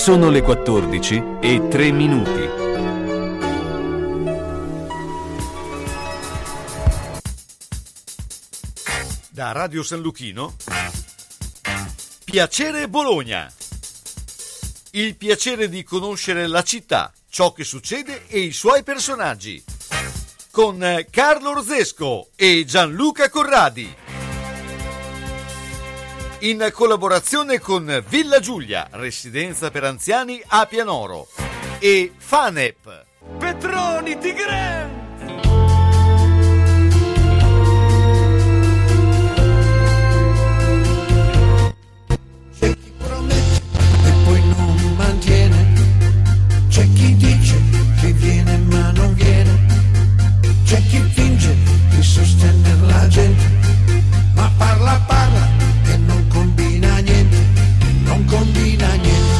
Sono le 14:03. Da Radio San Luchino, Piacere Bologna. Il piacere di conoscere la città, ciò che succede e i suoi personaggi. Con Carlo Orzesco e Gianluca Corradi. In collaborazione con Villa Giulia, residenza per anziani a Pianoro, e Fanep. Petroni Tigre! C'è chi promette e poi non mantiene, c'è chi dice che viene ma non viene, c'è chi finge di sostenere la gente, ma parla e non combina niente, non combina niente.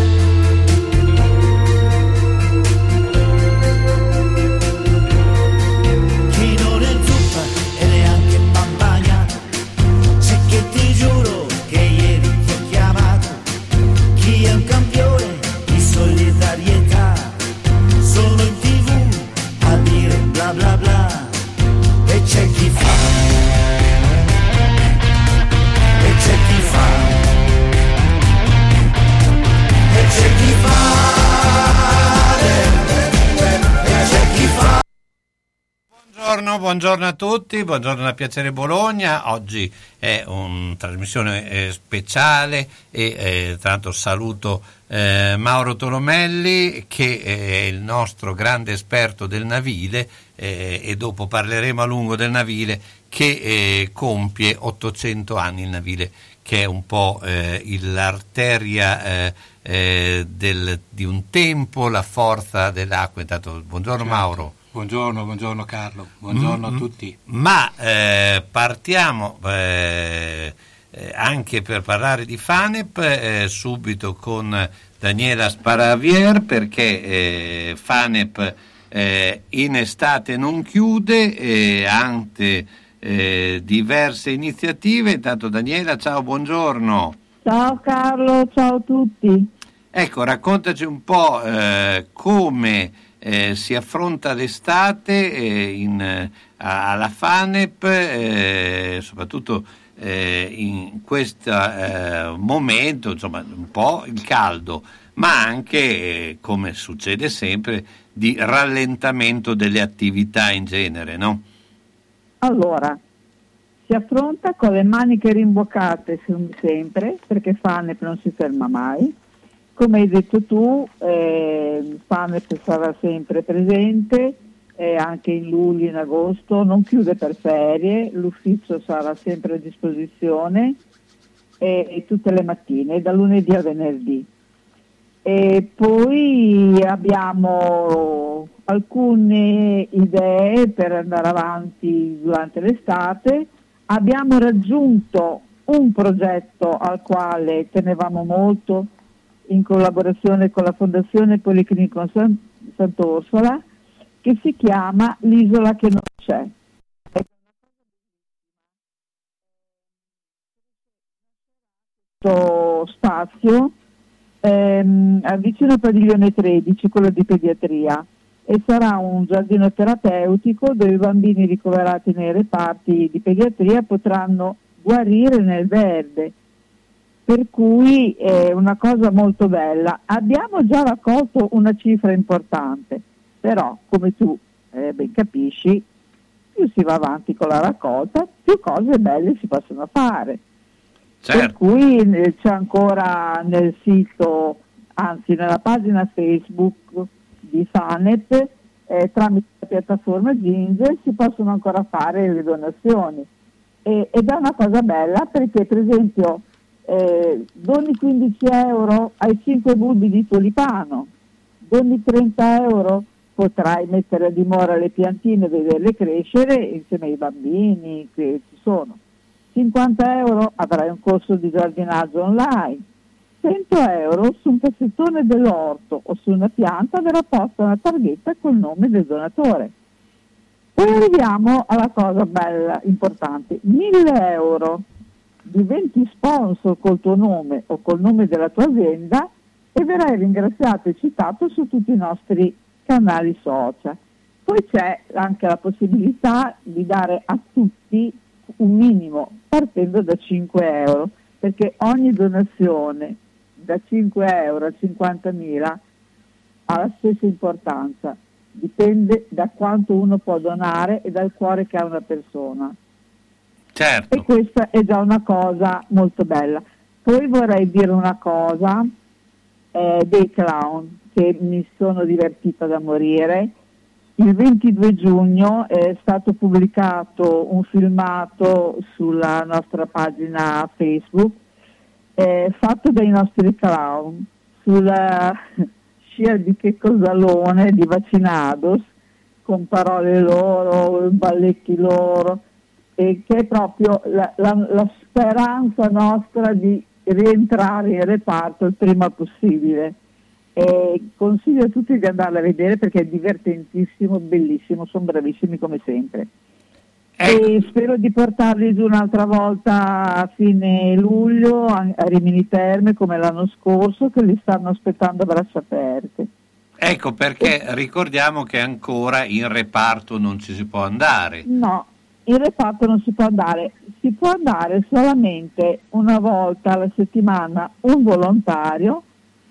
Chi non è zuppa e neanche bampagnato, c'è che ti giuro che ieri ti ho chiamato, chi è un campione di solidarietà, sono in TV a dire bla bla bla, e c'è chi fa, e c'è chi fa, e c'è chi fa, e c'è chi fa. Buongiorno a tutti, buongiorno da Piacere Bologna. Oggi è una trasmissione speciale e tra l'altro saluto Mauro Tolomelli, che è il nostro grande esperto del navile, e dopo parleremo a lungo del navile, che compie 800 anni, il navile, che è un po' l'arteria di un tempo, la forza dell'acqua. Intanto, buongiorno, certo. Mauro. Buongiorno Carlo, buongiorno a tutti. Ma partiamo anche per parlare di Fanep subito con Daniela Sparavier, perché Fanep in estate non chiude, anche diverse iniziative. Intanto Daniela, ciao, buongiorno. Ciao Carlo, ciao a tutti. Ecco, raccontaci un po' come si affronta l'estate alla Fanep, soprattutto in questo momento, insomma, un po' il caldo, ma anche, come succede sempre, di rallentamento delle attività in genere, no? Allora, si affronta con le maniche rimboccate sempre, perché Fanep non si ferma mai. Come hai detto tu, Fanep sarà sempre presente, anche in luglio, in agosto, non chiude per ferie, l'ufficio sarà sempre a disposizione tutte le mattine, da lunedì a venerdì. E poi abbiamo alcune idee per andare avanti durante l'estate. Abbiamo raggiunto un progetto al quale tenevamo molto, in collaborazione con la Fondazione Policlinico Sant'Orsola, che si chiama L'isola che non c'è. Questo spazio vicino al padiglione 13, quello di pediatria, e sarà un giardino terapeutico dove i bambini ricoverati nei reparti di pediatria potranno guarire nel verde. Per cui è una cosa molto bella. Abbiamo già raccolto una cifra importante, però come tu ben capisci, più si va avanti con la raccolta, più cose belle si possono fare. Certo. Per cui c'è ancora nel sito, anzi nella pagina Facebook di Fanep, tramite la piattaforma Ginger si possono ancora fare le donazioni. Ed è una cosa bella perché, per esempio, doni 15 euro ai 5 bulbi di tulipano, doni 30 euro, potrai mettere a dimora le piantine e vederle crescere insieme ai bambini che ci sono. 50 euro avrai un corso di giardinaggio online, 100 euro su un cassettone dell'orto o su una pianta verrà posta una targhetta col nome del donatore. Poi arriviamo alla cosa bella, importante, 1.000 euro, diventi sponsor col tuo nome o col nome della tua azienda e verrai ringraziato e citato su tutti i nostri canali social. Poi c'è anche la possibilità di dare a tutti un minimo partendo da 5 euro, perché ogni donazione da 5 euro a 50.000 ha la stessa importanza, dipende da quanto uno può donare e dal cuore che ha una persona. Certo. E questa è già una cosa molto bella. Poi vorrei dire una cosa dei clown, che mi sono divertita da morire. Il 22 giugno è stato pubblicato un filmato sulla nostra pagina Facebook fatto dai nostri clown sulla scia di Checco Zalone di Vaccinados, con parole loro, balletti loro, e che è proprio la speranza nostra di rientrare in reparto il prima possibile. Consiglio a tutti di andarla a vedere perché è divertentissimo, bellissimo, sono bravissimi come sempre. E spero di portarli giù un'altra volta a fine luglio a Rimini Terme come l'anno scorso, che li stanno aspettando a braccia aperte. Ecco perché ricordiamo che ancora in reparto non ci si può andare. No, in reparto non si può andare solamente una volta alla settimana un volontario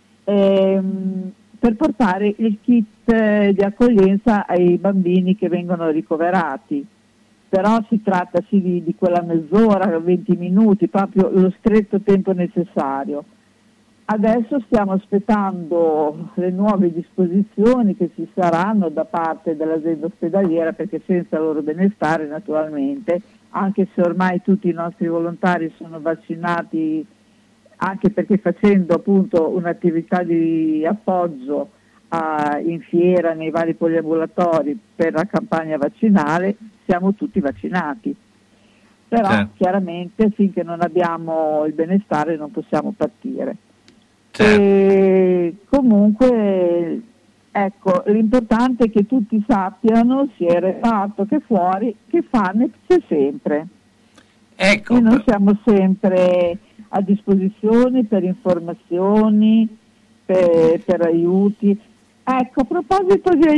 per portare il kit di accoglienza ai bambini che vengono ricoverati, però si tratta di quella mezz'ora, 20 minuti, proprio lo stretto tempo necessario. Adesso stiamo aspettando le nuove disposizioni che ci saranno da parte dell'azienda ospedaliera, perché senza il loro benestare naturalmente, anche se ormai tutti i nostri volontari sono vaccinati, anche perché facendo appunto un'attività di appoggio in fiera, nei vari poliambulatori per la campagna vaccinale, siamo tutti vaccinati. Però chiaramente finché non abbiamo il benestare non possiamo partire. E comunque ecco, l'importante è che tutti sappiano, sia il reparto che fuori, che FANEP c'è sempre. Ecco. E noi siamo sempre a disposizione per informazioni, per aiuti. Ecco, a proposito di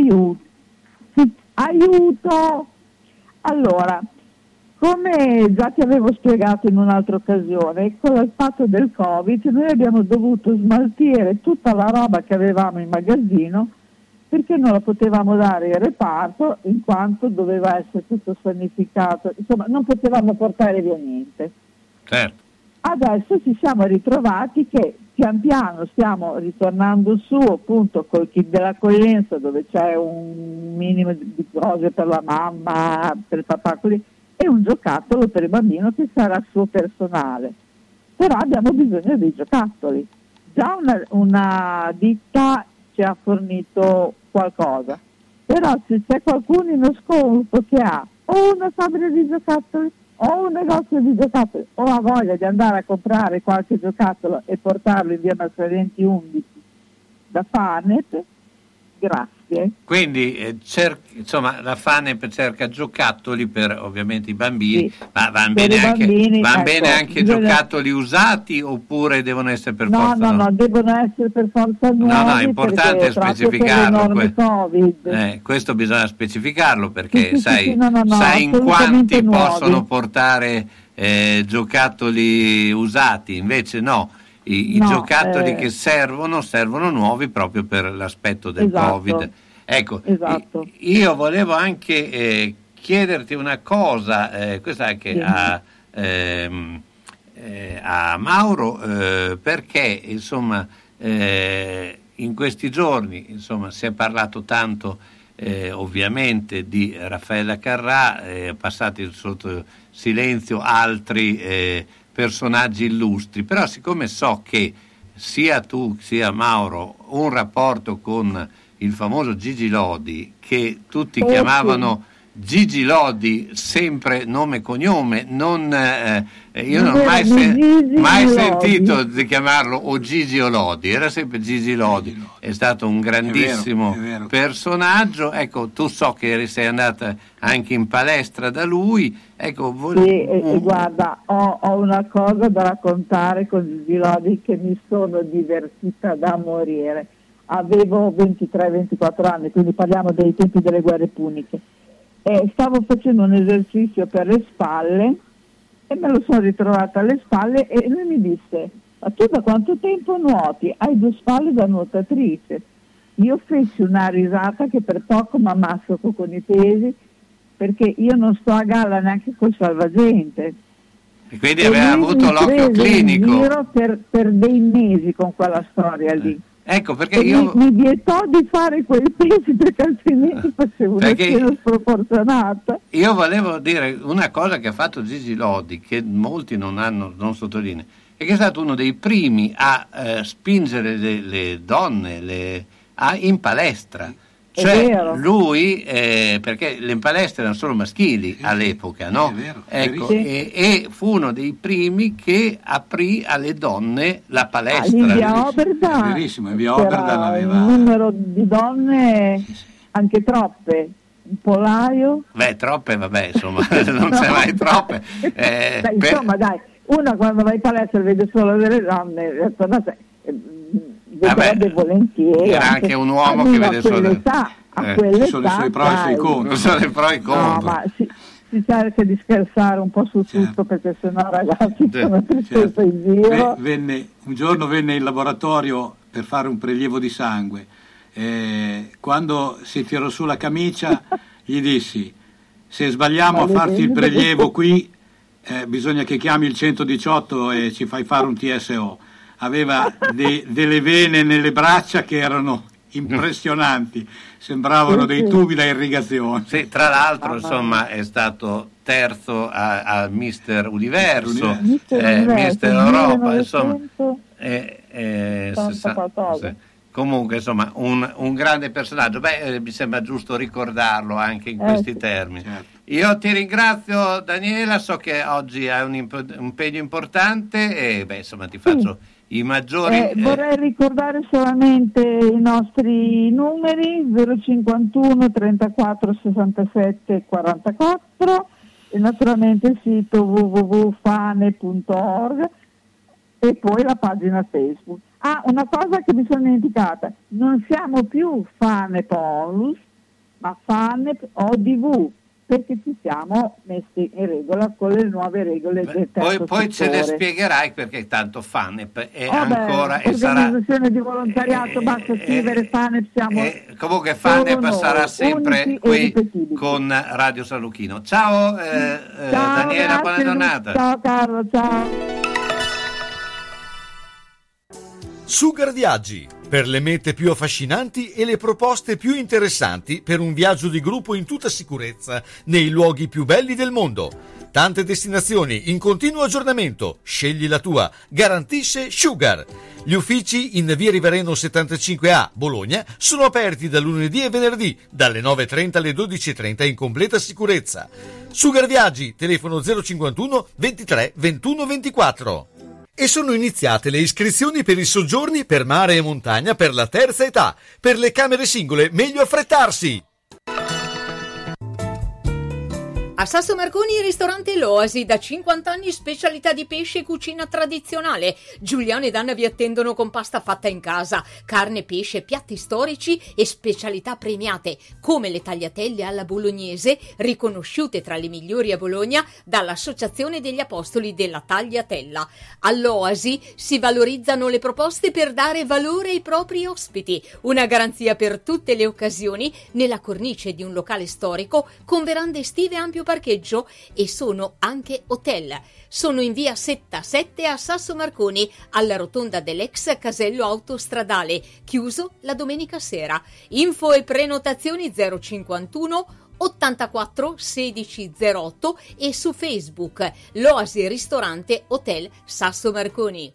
aiuto, allora, come già ti avevo spiegato in un'altra occasione, con il fatto del Covid noi abbiamo dovuto smaltire tutta la roba che avevamo in magazzino perché non la potevamo dare in reparto in quanto doveva essere tutto sanificato, insomma non potevamo portare via niente. Certo. Adesso ci siamo ritrovati che pian piano stiamo ritornando su appunto col kit dell'accoglienza, dove c'è un minimo di cose per la mamma, per il papà, così, e un giocattolo per il bambino che sarà suo personale. Però abbiamo bisogno dei giocattoli. Già una ditta ci ha fornito qualcosa, però se c'è qualcuno in ascolto che ha o una fabbrica di giocattoli o un negozio di giocattoli o ha voglia di andare a comprare qualche giocattolo e portarlo in via Massaretti 11 da FANEP, grazie. Quindi insomma la FANEP cerca giocattoli per ovviamente i bambini, sì, ma van per bene anche giocattoli usati oppure devono essere per forza? No, devono essere per forza nuovi. No, è importante specificarlo. Covid. Questo bisogna specificarlo perché sì, sai in quanti possono portare giocattoli usati, invece no. I giocattoli che servono nuovi proprio per l'aspetto del Covid. Ecco, esatto. Io volevo anche chiederti una cosa, questa anche a Mauro, perché insomma in questi giorni insomma si è parlato tanto ovviamente di Raffaella Carrà, passati sotto silenzio altri personaggi illustri, però siccome so che sia tu sia Mauro un rapporto con il famoso Gigi Lodi che tutti chiamavano Gigi Lodi, sempre nome e cognome, io non ho mai sentito di chiamarlo o Gigi o Lodi, era sempre Gigi Lodi, è stato un grandissimo è vero. personaggio. Ecco, tu so che sei andata anche in palestra da lui, ecco, guarda, ho una cosa da raccontare con Gigi Lodi che mi sono divertita da morire. Avevo 23-24 anni, quindi parliamo dei tempi delle guerre puniche. Stavo facendo un esercizio per le spalle e me lo sono ritrovata alle spalle e lui mi disse: ma tu da quanto tempo nuoti? Hai 2 spalle da nuotatrice. Io feci una risata che per poco mi ammasso con i pesi, perché io non sto a galla neanche col salvagente. E quindi aveva avuto l'occhio clinico. In giro per dei mesi con quella storia lì. Ecco perché mi vietò di fare quei pesi, perché altrimenti facevo una scena sproporzionata. Io volevo dire una cosa che ha fatto Gigi Lodi, che molti non sottolineano, è che è stato uno dei primi a spingere le donne in palestra. Cioè lui, perché le palestre erano solo maschili all'epoca, no? Ecco, e fu uno dei primi che aprì alle donne la palestra. In via Oberdan, verissimo, in via Oberdan aveva un numero di donne anche troppe. Un polaio. Troppe, vabbè, insomma, non c'è mai troppe. Insomma, dai, una quando va in palestra vede solo delle donne, vedrebbe volentieri. Era anche un uomo che vede solo a quell'età, ci sono i suoi pro e i suoi contro. Sono i pro e i contro. No, ma si cerca di scherzare un po' su tutto, perché sennò ragazzi sono tristezza in giro. Un giorno venne in laboratorio per fare un prelievo di sangue. Quando si tirò su la camicia gli dissi: se sbagliamo a farti il prelievo qui, bisogna che chiami il 118 e ci fai fare un TSO. Aveva delle vene nelle braccia che erano impressionanti, sembravano dei tubi da irrigazione. Sì, tra l'altro insomma è stato terzo al Mister Universo, Mister Europa, insomma comunque insomma un grande personaggio. Mi sembra giusto ricordarlo anche in questi termini. Certo. Io ti ringrazio, Daniela, so che oggi hai un impegno importante e insomma ti faccio i maggiori. Vorrei ricordare solamente i nostri numeri: 051 34 67 44 e naturalmente il sito www.fane.org e poi la pagina Facebook. Una cosa che mi sono dimenticata: non siamo più Fane Polus, ma Fane ODV, perché ci siamo messi in regola con le nuove regole del terzo poi ce le settore. Spiegherai, perché tanto FANEP è ancora e sarà organizzazione di volontariato, basta scrivere FANEP, siamo comunque FANEP sarà sempre qui con Radio San Lucchino. Ciao, Daniela, buona giornata. Ciao Carlo, ciao. Sugar Viaggi, per le mete più affascinanti e le proposte più interessanti per un viaggio di gruppo in tutta sicurezza nei luoghi più belli del mondo. Tante destinazioni in continuo aggiornamento. Scegli la tua, garantisce Sugar. Gli uffici in via Rivareno 75A, Bologna, sono aperti da lunedì e venerdì, dalle 9.30 alle 12.30 in completa sicurezza. Sugar Viaggi, telefono 051 23 21 24. E sono iniziate le iscrizioni per i soggiorni per mare e montagna per la terza età. Per le camere singole, meglio affrettarsi! A Sasso Marconi, ristorante L'Oasi, da 50 anni specialità di pesce e cucina tradizionale. Giuliano ed Anna vi attendono con pasta fatta in casa, carne, pesce, piatti storici e specialità premiate, come le tagliatelle alla bolognese, riconosciute tra le migliori a Bologna dall'Associazione degli Apostoli della Tagliatella. All'Oasi si valorizzano le proposte per dare valore ai propri ospiti, una garanzia per tutte le occasioni nella cornice di un locale storico con verande estive e ampio parcheggio, e sono anche hotel. Sono in via Setta 7 a Sasso Marconi, alla rotonda dell'ex casello autostradale, chiuso la domenica sera. Info e prenotazioni 051 84 16 08 e su Facebook L'Oasi Ristorante Hotel Sasso Marconi.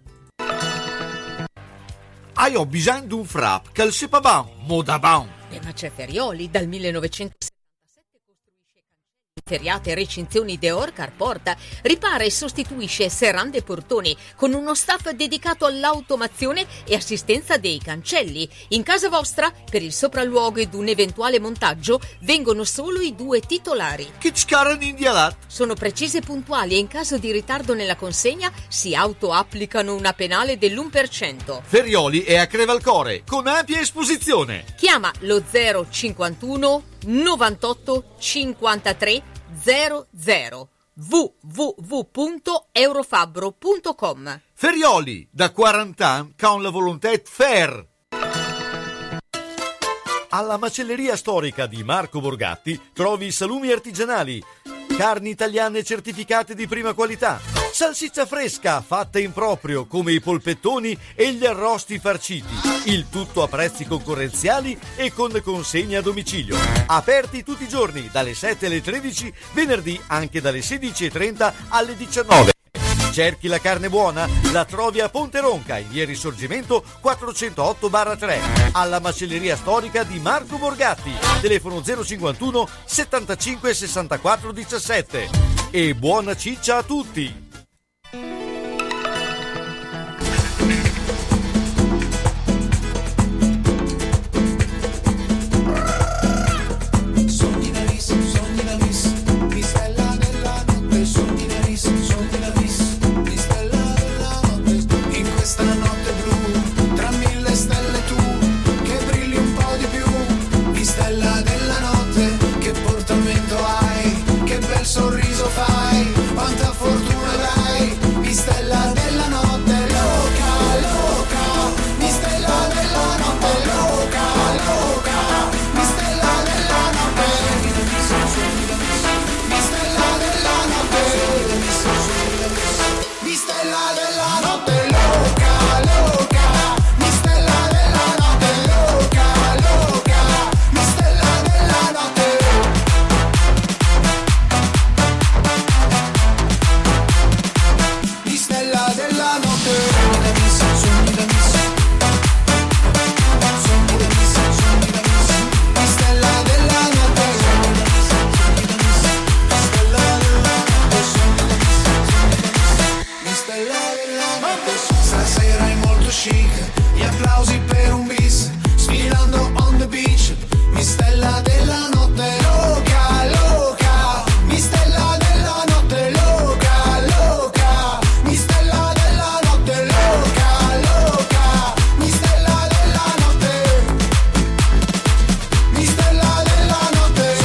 Ho bisogno di un frapp, che c'est pas bon, moda bon. De Maceferioli, dal 1977 Ferriate e recinzioni Deor Carporta. Ripara e sostituisce serrande e portoni con uno staff dedicato all'automazione e assistenza dei cancelli. In casa vostra, per il sopralluogo ed un eventuale montaggio, vengono solo i 2 titolari. Che scaran indialat! Sono precise e puntuali e in caso di ritardo nella consegna si autoapplicano una penale dell'1%. Ferrioli è a Crevalcore, con ampia esposizione. Chiama lo 051 98 53 00 www.eurofabbro.com. Ferrioli, da 40 anni, con la volontà de faire. Alla macelleria storica di Marco Borgatti trovi salumi artigianali, carni italiane certificate di prima qualità, salsiccia fresca fatta in proprio come i polpettoni e gli arrosti farciti, il tutto a prezzi concorrenziali e con consegna a domicilio. Aperti tutti i giorni dalle 7 alle 13, venerdì anche dalle 16:30 alle 19. Cerchi la carne buona? La trovi a Ponte Ronca, in via Risorgimento 408/3, alla macelleria storica di Marco Borgatti. Telefono 051 75 64 17. E buona ciccia a tutti! Sorriso fai, quanta fortuna dai, mi stella della notte, loca, loca, mi stella della notte, loca, loca, mi stella della notte, mi stella della notte, mi stella della notte, loca, loca, mi stella della notte, loca, loca, mi stella della notte. Stasera è molto chic, gli applausi per un bis, sfilando on the beach, mi stella della notte, loca, loca, mi stella della notte, loca, loca, mi stella della notte, loca, loca, mi stella della notte, mi stella della notte,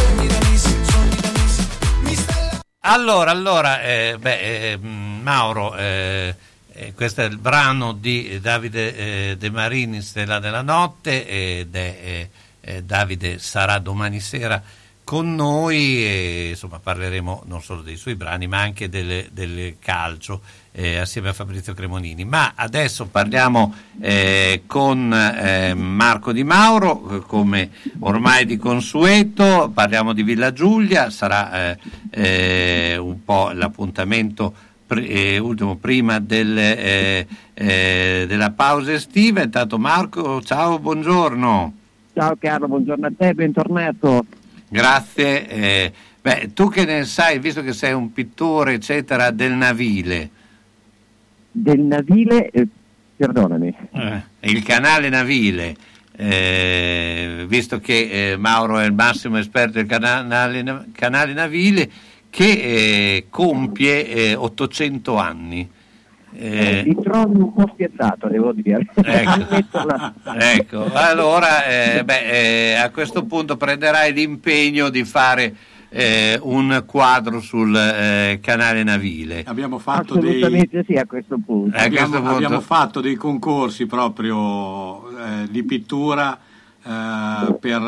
mi stella. Allora, Mauro, questo è il brano di Davide De Marini, Stella della Notte, ed è Davide sarà domani sera con noi e insomma parleremo non solo dei suoi brani ma anche del calcio assieme a Fabrizio Cremonini. Ma adesso parliamo con Marco Di Mauro, come ormai di consueto, parliamo di Villa Giulia, sarà un po' l'appuntamento ultimo prima della pausa estiva. Intanto Marco, ciao, buongiorno. Ciao Carlo, buongiorno a te, bentornato. Grazie. Tu che ne sai, visto che sei un pittore eccetera, del Navile? Del Navile, perdonami. Il canale Navile, visto che Mauro è il massimo esperto del canale Navile, che compie 800 anni. Mi trovo un po' spiazzato, devo dire. Ecco, allora a questo punto prenderai l'impegno di fare un quadro sul canale Navile. Abbiamo fatto assolutamente sì, a questo punto. Abbiamo fatto dei concorsi proprio di pittura per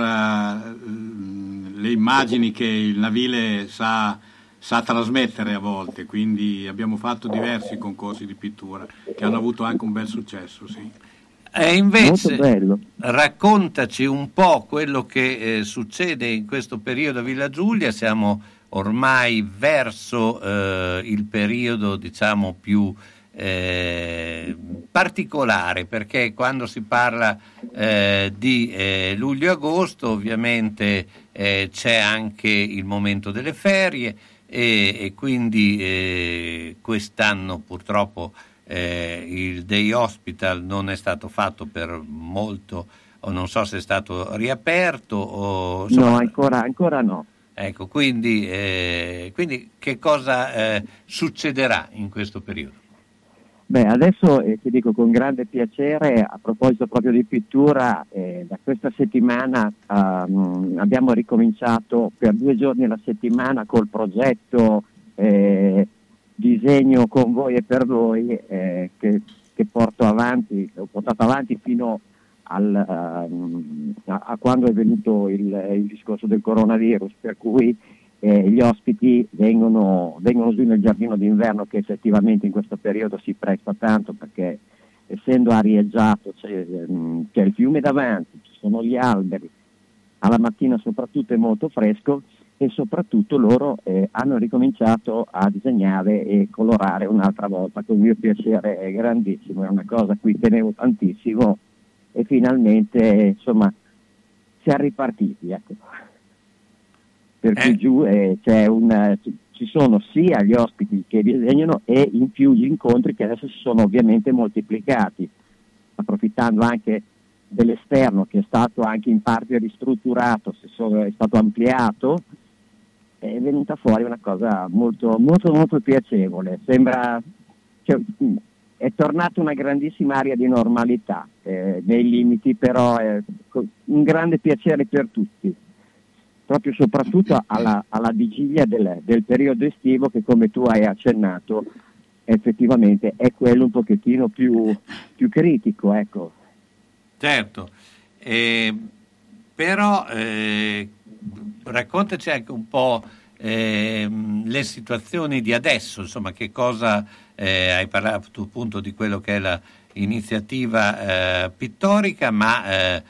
le immagini che il Navile sa trasmettere a volte, quindi abbiamo fatto diversi concorsi di pittura che hanno avuto anche un bel successo, sì. E invece raccontaci un po' quello che succede in questo periodo a Villa Giulia. Siamo ormai verso il periodo diciamo più particolare, perché quando si parla di luglio e agosto ovviamente c'è anche il momento delle ferie e quindi quest'anno purtroppo il day hospital non è stato fatto per molto, o non so se è stato riaperto o insomma, no, ancora no. Ecco, quindi che cosa succederà in questo periodo? Beh, adesso ti dico con grande piacere, a proposito proprio di pittura, da questa settimana abbiamo ricominciato per 2 giorni alla settimana col progetto Disegno con voi e per voi, che ho portato avanti fino a quando è venuto il discorso del coronavirus, per cui gli ospiti vengono giù nel giardino d'inverno, che effettivamente in questo periodo si presta tanto, perché essendo arieggiato c'è il fiume davanti, ci sono gli alberi, alla mattina soprattutto è molto fresco e soprattutto loro hanno ricominciato a disegnare e colorare un'altra volta con mio piacere grandissimo, è una cosa a cui tenevo tantissimo e finalmente insomma si è ripartiti, ecco. Per cui giù ci sono sia gli ospiti che disegnano e in più gli incontri che adesso si sono ovviamente moltiplicati, approfittando anche dell'esterno che è stato anche in parte ristrutturato, è stato ampliato, è venuta fuori una cosa molto, molto, molto piacevole. Sembra, è tornata una grandissima aria di normalità, nei limiti, però è un grande piacere per tutti. Proprio soprattutto alla vigilia del periodo estivo, che come tu hai accennato effettivamente è quello un pochettino più critico, ecco. Certo, però raccontaci anche un po' le situazioni di adesso, insomma, che cosa hai parlato appunto di quello che è la iniziativa pittorica, ma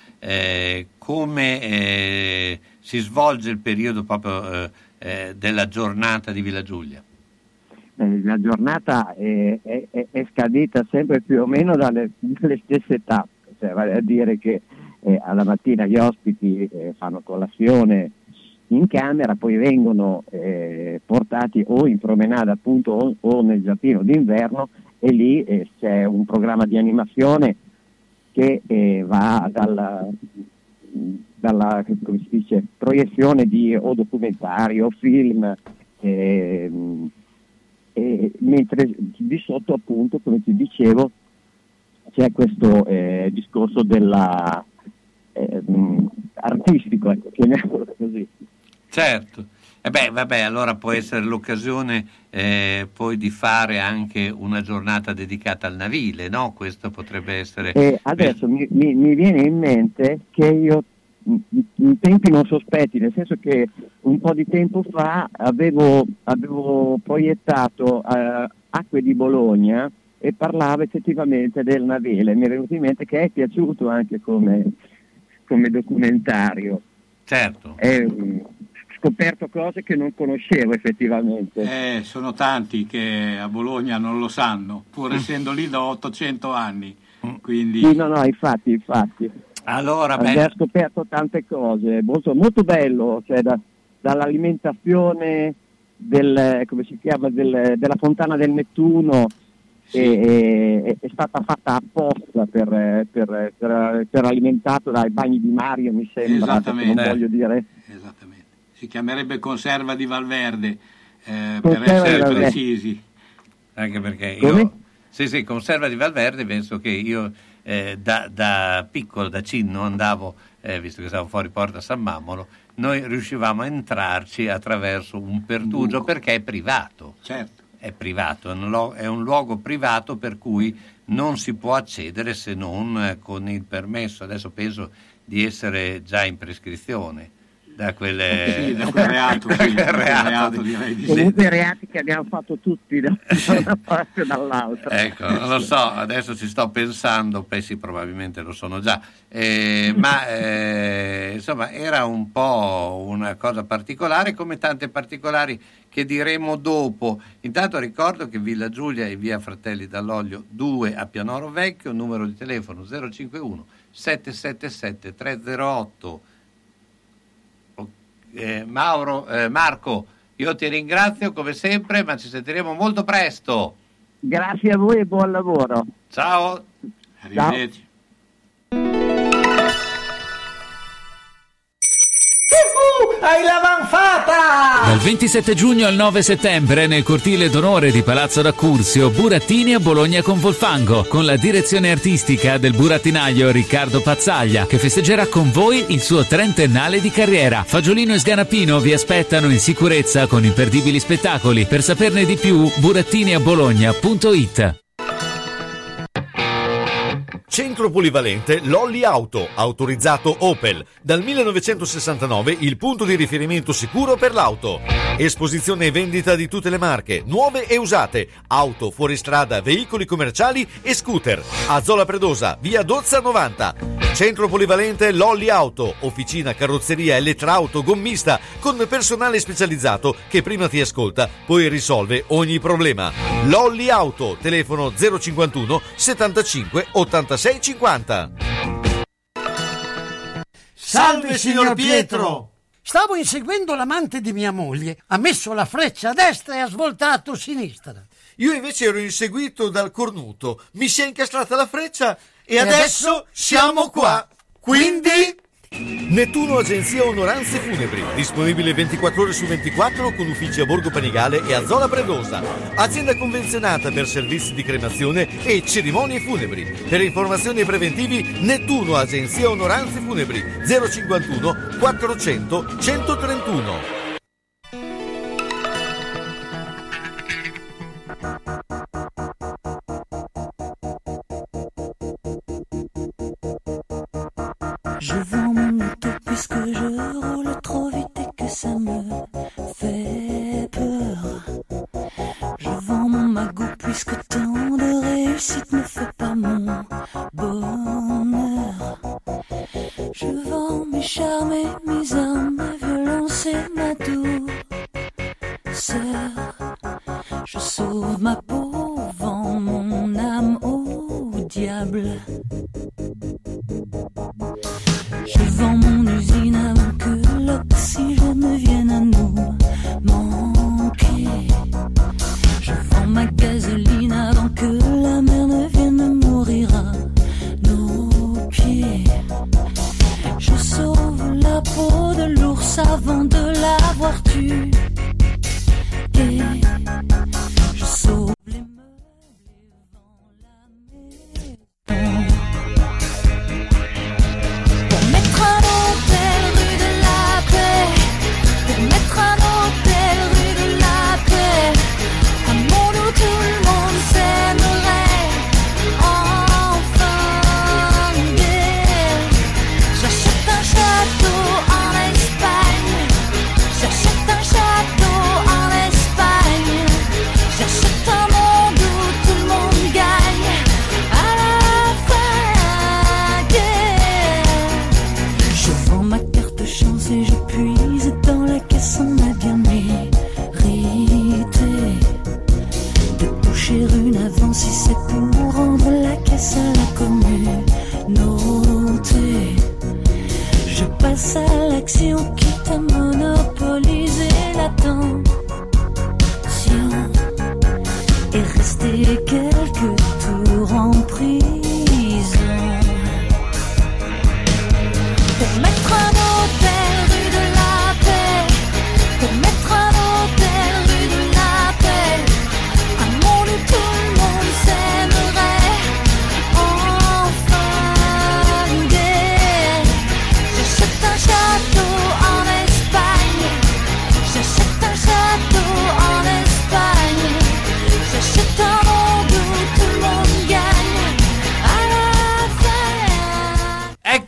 come si svolge il periodo proprio della giornata di Villa Giulia? La giornata è scadita sempre più o meno dalle stesse tappe, cioè vale a dire che alla mattina gli ospiti fanno colazione in camera, poi vengono portati o in promenada appunto o nel giardino d'inverno, e lì c'è un programma di animazione che va dalla come si dice, proiezione di o documentari o film, mentre di sotto appunto, come ti dicevo, c'è questo discorso della artistico, ecco, chiamiamolo così. Certo. Vabbè, allora può essere l'occasione poi di fare anche una giornata dedicata al navile, no? Questo potrebbe essere... adesso mi viene in mente che io in tempi non sospetti, nel senso che un po' di tempo fa avevo proiettato Acque di Bologna e parlavo effettivamente del navile. Mi è venuto in mente che è piaciuto anche come documentario. Certo. Scoperto cose che non conoscevo effettivamente. Sono tanti che a Bologna non lo sanno, pur essendo lì da 800 anni. Quindi... Sì, no, infatti. Allora, abbiamo scoperto tante cose, molto, molto bello, cioè dall'alimentazione come si chiama, della fontana del Nettuno, sì. È stata fatta apposta per alimentato dai bagni di Mario, mi sembra. Esattamente. Non voglio dire. Esattamente. Si chiamerebbe Conserva di Valverde, per essere precisi. Anche perché io... Sì, Conserva di Valverde, penso che io da piccolo, da Cinno, andavo, visto che stavo fuori porta San Mammolo, noi riuscivamo a entrarci attraverso un pertugio perché è privato. Certo. È privato, è un luogo privato per cui non si può accedere se non con il permesso. Adesso penso di essere già in prescrizione da quelle Sì, da quel reato, sì, da quel reato, direi di sì. Comunque i reati che abbiamo fatto tutti da una parte e dall'altra. Ecco, non lo so, adesso ci sto pensando, sì, probabilmente lo sono già, ma insomma era un po' una cosa particolare, come tante particolari che diremo dopo. Intanto ricordo che Villa Giulia e via Fratelli Dall'Olio 2 a Pianoro Vecchio, numero di telefono 051 777 308. Marco, io ti ringrazio come sempre, ma ci sentiremo molto presto. Grazie a voi e buon lavoro. Ciao. Arrivederci. Hai l'avanfata! Dal 27 giugno al 9 settembre nel cortile d'onore di Palazzo d'Accursio, Burattini a Bologna con Volfango, con la direzione artistica del burattinaio Riccardo Pazzaglia, che festeggerà con voi il suo 30ennale di carriera. Fagiolino e Sganapino vi aspettano in sicurezza con imperdibili spettacoli. Per saperne di più, burattiniabologna.it. Centro polivalente Lolli Auto, autorizzato Opel. Dal 1969 il punto di riferimento sicuro per l'auto. Esposizione e vendita di tutte le marche, nuove e usate, auto, fuoristrada, veicoli commerciali e scooter. A Zola Predosa, via Dozza 90. Centro polivalente Lolli Auto, officina, carrozzeria, elettrauto, gommista, con personale specializzato che prima ti ascolta, poi risolve ogni problema. Lolli Auto, telefono 051 75 86 50. Salve signor Pietro! Stavo inseguendo l'amante di mia moglie. Ha messo la freccia a destra e ha svoltato a sinistra. Io invece ero inseguito dal cornuto. Mi si è incastrata la freccia e adesso siamo qua. Quindi... Nettuno Agenzia Onoranze Funebri, disponibile 24 ore su 24 con uffici a Borgo Panigale e a Zola Predosa. Azienda convenzionata per servizi di cremazione e cerimonie funebri. Per informazioni e preventivi Nettuno Agenzia Onoranze Funebri 051 400 131. Je vends mon auto puisque je roule trop vite et que ça me fait peur. Je vends mon magot puisque tant de réussite ne fait pas mon bonheur. Je vends mes charmes et mes armes, ma violence et ma douceur. Je sauve ma peau, vends mon âme au diable. Je vends mon usine avant que l'oxygène vienne à nous manquer. Je vends ma gasoline avant que la mer ne vienne mourir à nos pieds. Je sauve la peau de l'ours avant de l'avoir tué. Et je sauve les meubles et vends la maison. Pour mettre un hôtel rue de la paix, pour mettre un hôtel rue de la paix, un monde où tout le monde s'aimerait, enfin guerre. J'achète un château en Espagne, j'achète un château en Espagne, j'achète un monde où tout le monde gagne, à la fin guerre. Je vends ma carte chance et je puise dans la caisse, on a bien mérité de toucher une avance si c'est pour rendre la caisse à la communauté. Je passe à l'action quitte à monopoliser l'attention et rester quelques tours en prison. Pour mettre un hôtel rue de la paix, pour mettre un hôtel rue de la paix, un monde où tout le monde s'aimerait, enfin guerre. J'achète un château en Espagne,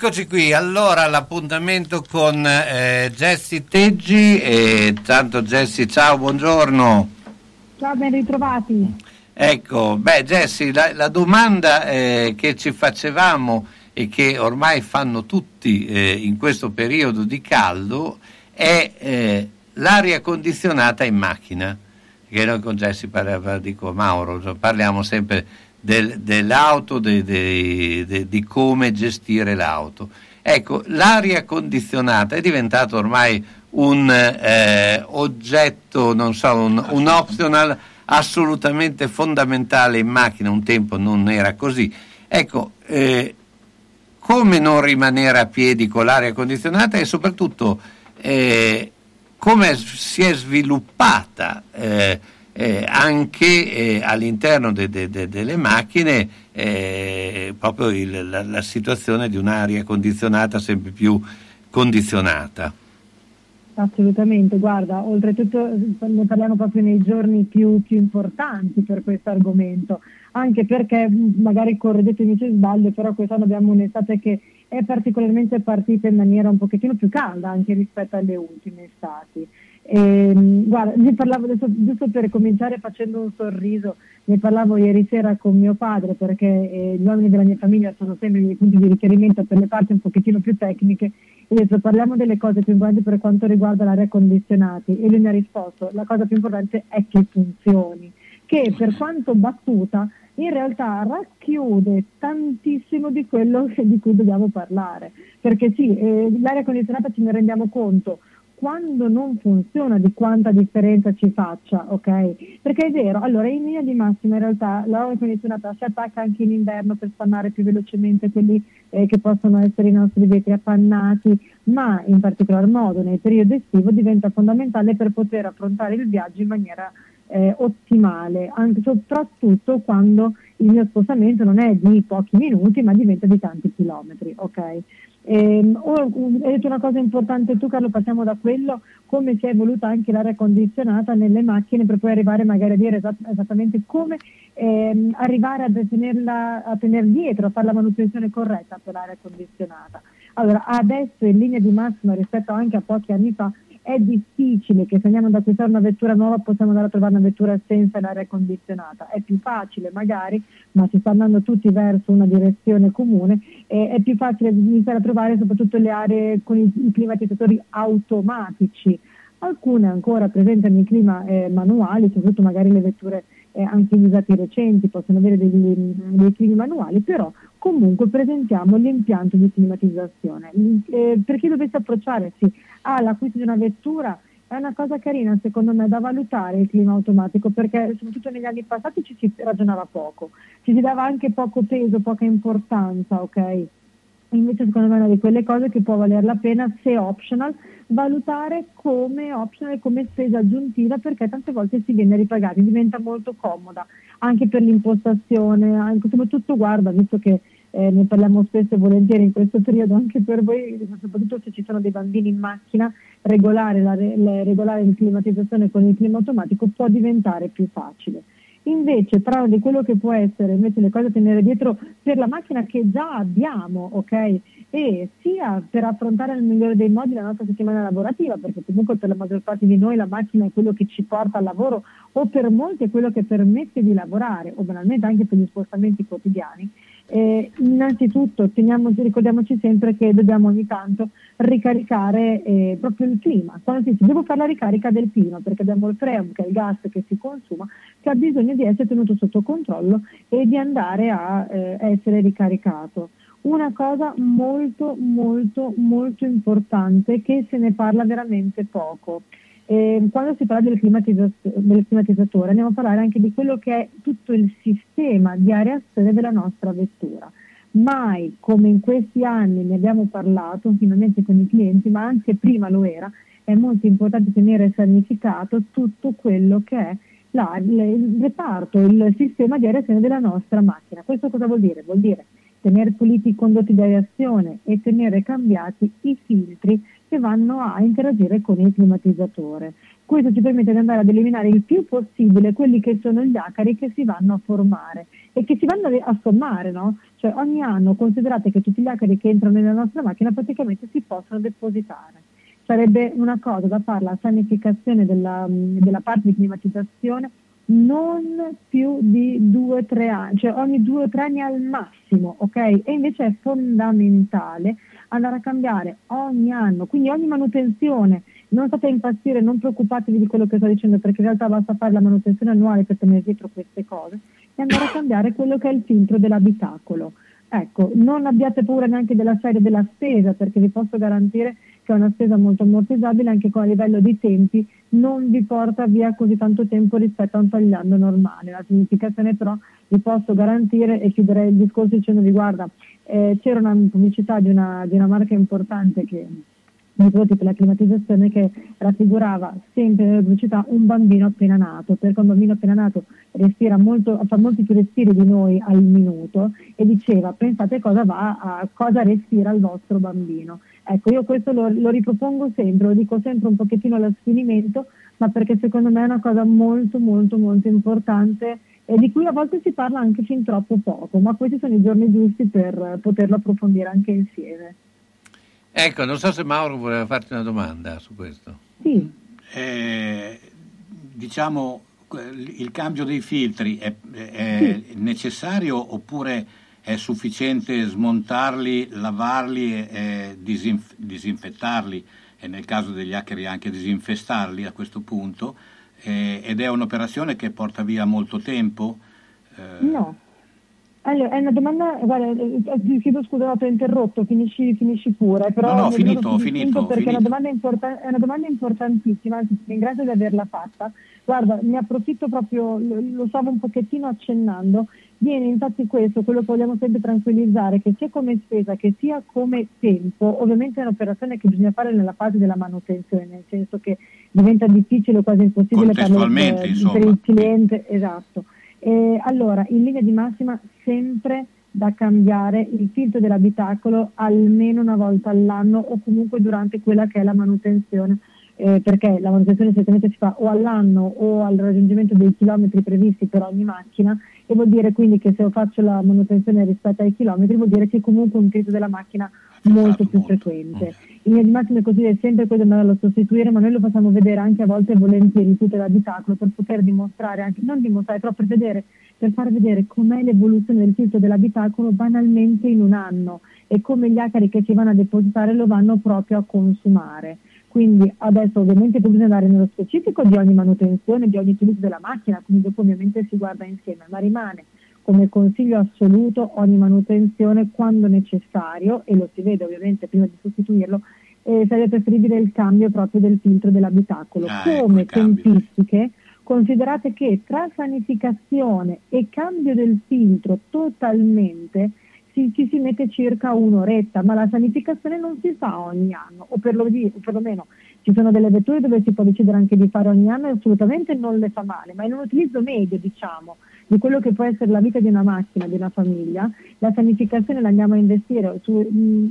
Eccoci qui, allora l'appuntamento con Jessie Teggi. Tanto Jessie, ciao, buongiorno. Ciao, ben ritrovati. Ecco, Jessie, la domanda che ci facevamo e che ormai fanno tutti in questo periodo di caldo è l'aria condizionata in macchina. Che noi con Jessie dico Mauro, parliamo sempre dell'auto, di come gestire l'auto. Ecco, l'aria condizionata è diventato ormai un oggetto, non so, un optional assolutamente fondamentale in macchina. Un tempo non era così. Ecco, come non rimanere a piedi con l'aria condizionata e soprattutto come si è sviluppata anche all'interno delle macchine proprio la situazione di un'aria condizionata sempre più condizionata. Assolutamente, guarda, oltretutto ne parliamo proprio nei giorni più importanti per questo argomento, anche perché magari correggetemi se sbaglio, però quest'anno abbiamo un'estate che è particolarmente partita in maniera un pochettino più calda anche rispetto alle ultime estati. Guarda, ne parlavo adesso, giusto per cominciare facendo un sorriso, ne parlavo ieri sera con mio padre, perché gli uomini della mia famiglia sono sempre i miei punti di riferimento per le parti un pochettino più tecniche, e adesso parliamo delle cose più importanti per quanto riguarda l'aria condizionata, e lui mi ha risposto: la cosa più importante è che funzioni, che per quanto battuta in realtà racchiude tantissimo di quello di cui dobbiamo parlare, perché sì, l'aria condizionata ce ne rendiamo conto quando non funziona di quanta differenza ci faccia, ok? Perché è vero, allora in linea di massima in realtà l'aria condizionata si attacca anche in inverno per spannare più velocemente quelli che possono essere i nostri vetri appannati, ma in particolar modo nel periodo estivo diventa fondamentale per poter affrontare il viaggio in maniera ottimale, anche soprattutto quando il mio spostamento non è di pochi minuti ma diventa di tanti chilometri, ok? Hai detto una cosa importante tu, Carlo, passiamo da quello come si è evoluta anche l'aria condizionata nelle macchine per poi arrivare magari a dire esattamente come arrivare a tenere dietro, a fare la manutenzione corretta per l'aria condizionata. Allora, adesso in linea di massima rispetto anche a pochi anni fa è difficile che se andiamo ad acquistare una vettura nuova possiamo andare a trovare una vettura senza l'aria condizionata. È più facile magari, ma si sta andando tutti verso una direzione comune, è più facile iniziare a trovare soprattutto le aree con i climatizzatori automatici. Alcune ancora presentano i clima manuali, soprattutto magari le vetture anche gli usati recenti possono avere dei climi manuali, però comunque presentiamo l'impianto di climatizzazione. Per chi dovesse approcciarsi all'acquisto di una vettura è una cosa carina secondo me da valutare il clima automatico, perché soprattutto negli anni passati ci si ragionava poco, ci si dava anche poco peso, poca importanza, ok? Invece secondo me è una di quelle cose che può valer la pena, se optional, valutare come optional, come spesa aggiuntiva, perché tante volte si viene ripagati, diventa molto comoda anche per l'impostazione, anche soprattutto, guarda, visto che ne parliamo spesso e volentieri in questo periodo anche per voi, soprattutto se ci sono dei bambini in macchina, regolare la climatizzazione con il clima automatico può diventare più facile. Invece però di quello che può essere invece le cose da tenere dietro per la macchina che già abbiamo, ok? E sia per affrontare nel migliore dei modi la nostra settimana lavorativa, perché comunque per la maggior parte di noi la macchina è quello che ci porta al lavoro, o per molti è quello che permette di lavorare, o banalmente anche per gli spostamenti quotidiani. Innanzitutto ricordiamoci sempre che dobbiamo ogni tanto ricaricare proprio il clima. Quando si dice devo fare la ricarica del clima, perché abbiamo il freon, che è il gas che si consuma, che ha bisogno di essere tenuto sotto controllo e di andare a essere ricaricato. Una cosa molto molto molto importante, che se ne parla veramente poco. Quando si parla del climatizzatore andiamo a parlare anche di quello che è tutto il sistema di areazione della nostra vettura. Mai come in questi anni ne abbiamo parlato finalmente con i clienti, ma anche prima lo era, è molto importante tenere sanificato tutto quello che è il reparto, il sistema di areazione della nostra macchina. Questo cosa vuol dire? Vuol dire tenere puliti i condotti di areazione e tenere cambiati i filtri che vanno a interagire con il climatizzatore. Questo ci permette di andare ad eliminare il più possibile quelli che sono gli acari che si vanno a formare e che si vanno a sommare, no? Cioè ogni anno considerate che tutti gli acari che entrano nella nostra macchina praticamente si possono depositare. Sarebbe una cosa da fare la sanificazione della parte di climatizzazione non più di 2-3 anni, cioè ogni 2 o 3 anni al massimo, ok? E invece è fondamentale andare a cambiare ogni anno, quindi ogni manutenzione. Non state a impazzire, non preoccupatevi di quello che sto dicendo, perché in realtà basta fare la manutenzione annuale per tenere dietro queste cose e andare a cambiare quello che è il filtro dell'abitacolo. Ecco, non abbiate paura neanche della serie della spesa, perché vi posso garantire che è una spesa molto ammortizzabile, anche con a livello di tempi non vi porta via così tanto tempo rispetto a un tagliando normale. La significazione però vi posso garantire, e chiuderei il discorso dicendovi guarda, c'era una pubblicità di una marca importante che di prodotti per la climatizzazione che raffigurava sempre nella pubblicità un bambino appena nato, perché un bambino appena nato respira fa molti più respiri di noi al minuto, e diceva pensate cosa respira il vostro bambino. Ecco, io questo lo ripropongo sempre, lo dico sempre un pochettino allo sfinimento, ma perché secondo me è una cosa molto molto molto importante e di cui a volte si parla anche fin troppo poco, ma questi sono i giorni giusti per poterlo approfondire anche insieme. Ecco, non so se Mauro voleva farti una domanda su questo. Sì. Diciamo, il cambio dei filtri è necessario oppure è sufficiente smontarli, lavarli e disinfettarli, e nel caso degli acari anche disinfestarli a questo punto, ed è un'operazione che porta via molto tempo? No. Allora, è una domanda, guarda, ti chiedo scusa, ti ho interrotto, finisci pure. Però no, finito. Perché è una domanda importantissima, anzi ti ringrazio di averla fatta. Guarda, ne approfitto proprio, lo stavo un pochettino accennando, viene infatti questo, quello che vogliamo sempre tranquillizzare, che sia come spesa che sia come tempo, ovviamente è un'operazione che bisogna fare nella fase della manutenzione, nel senso che diventa difficile o quasi impossibile per il cliente, esatto. Allora, in linea di massima sempre da cambiare il filtro dell'abitacolo almeno una volta all'anno o comunque durante quella che è la manutenzione, perché la manutenzione solitamente si fa o all'anno o al raggiungimento dei chilometri previsti per ogni macchina, e vuol dire quindi che se io faccio la manutenzione rispetto ai chilometri vuol dire che comunque un utilizzo della macchina molto più frequente. In linea di massima è così, è sempre quello da andarlo a sostituire, ma noi lo facciamo vedere anche a volte volentieri il filtro dell'abitacolo per poter dimostrare, anche non dimostrare, però per far vedere com'è l'evoluzione del filtro dell'abitacolo banalmente in un anno e come gli acari che si vanno a depositare lo vanno proprio a consumare. Quindi adesso ovviamente bisogna andare nello specifico di ogni manutenzione, di ogni utilizzo della macchina, quindi dopo ovviamente si guarda insieme, ma rimane come consiglio assoluto ogni manutenzione quando necessario, e lo si vede ovviamente prima di sostituirlo, sarebbe preferibile il cambio proprio del filtro dell'abitacolo. Come tempistiche, considerate che tra sanificazione e cambio del filtro totalmente ci si mette circa un'oretta, ma la sanificazione non si fa ogni anno, o perlomeno ci sono delle vetture dove si può decidere anche di fare ogni anno e assolutamente non le fa male, ma in un utilizzo medio, diciamo, di quello che può essere la vita di una macchina, di una famiglia, la sanificazione la andiamo a investire sul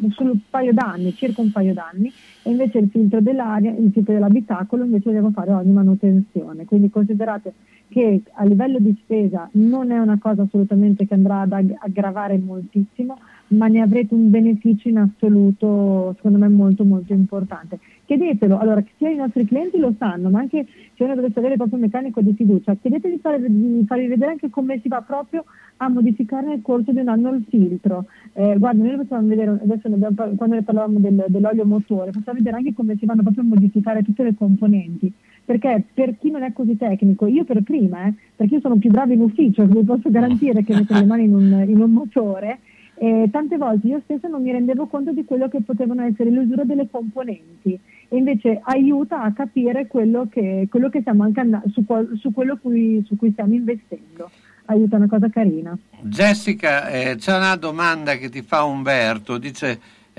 paio d'anni, circa un paio d'anni, e invece il filtro dell'aria, il filtro dell'abitacolo invece dobbiamo fare ogni manutenzione. Quindi considerate che a livello di spesa non è una cosa assolutamente che andrà ad aggravare moltissimo, ma ne avrete un beneficio in assoluto, secondo me molto molto importante. Chiedetelo, allora sia i nostri clienti lo sanno, ma anche se uno dovesse avere proprio un meccanico di fiducia, chiedete di farvi vedere anche come si va proprio a modificare nel corso di un anno il filtro. Guarda, noi lo facciamo vedere, adesso quando ne parlavamo dell'olio motore, facciamo vedere anche come si vanno proprio a modificare tutte le componenti, perché per chi non è così tecnico, io per prima, perché io sono più brava in ufficio, vi posso garantire che mettere le mani in un motore, tante volte io stessa non mi rendevo conto di quello che potevano essere l'usura delle componenti, e invece aiuta a capire quello che stiamo anche su quello su cui stiamo investendo. Aiuta, una cosa carina. Jessica, c'è una domanda che ti fa Umberto, dice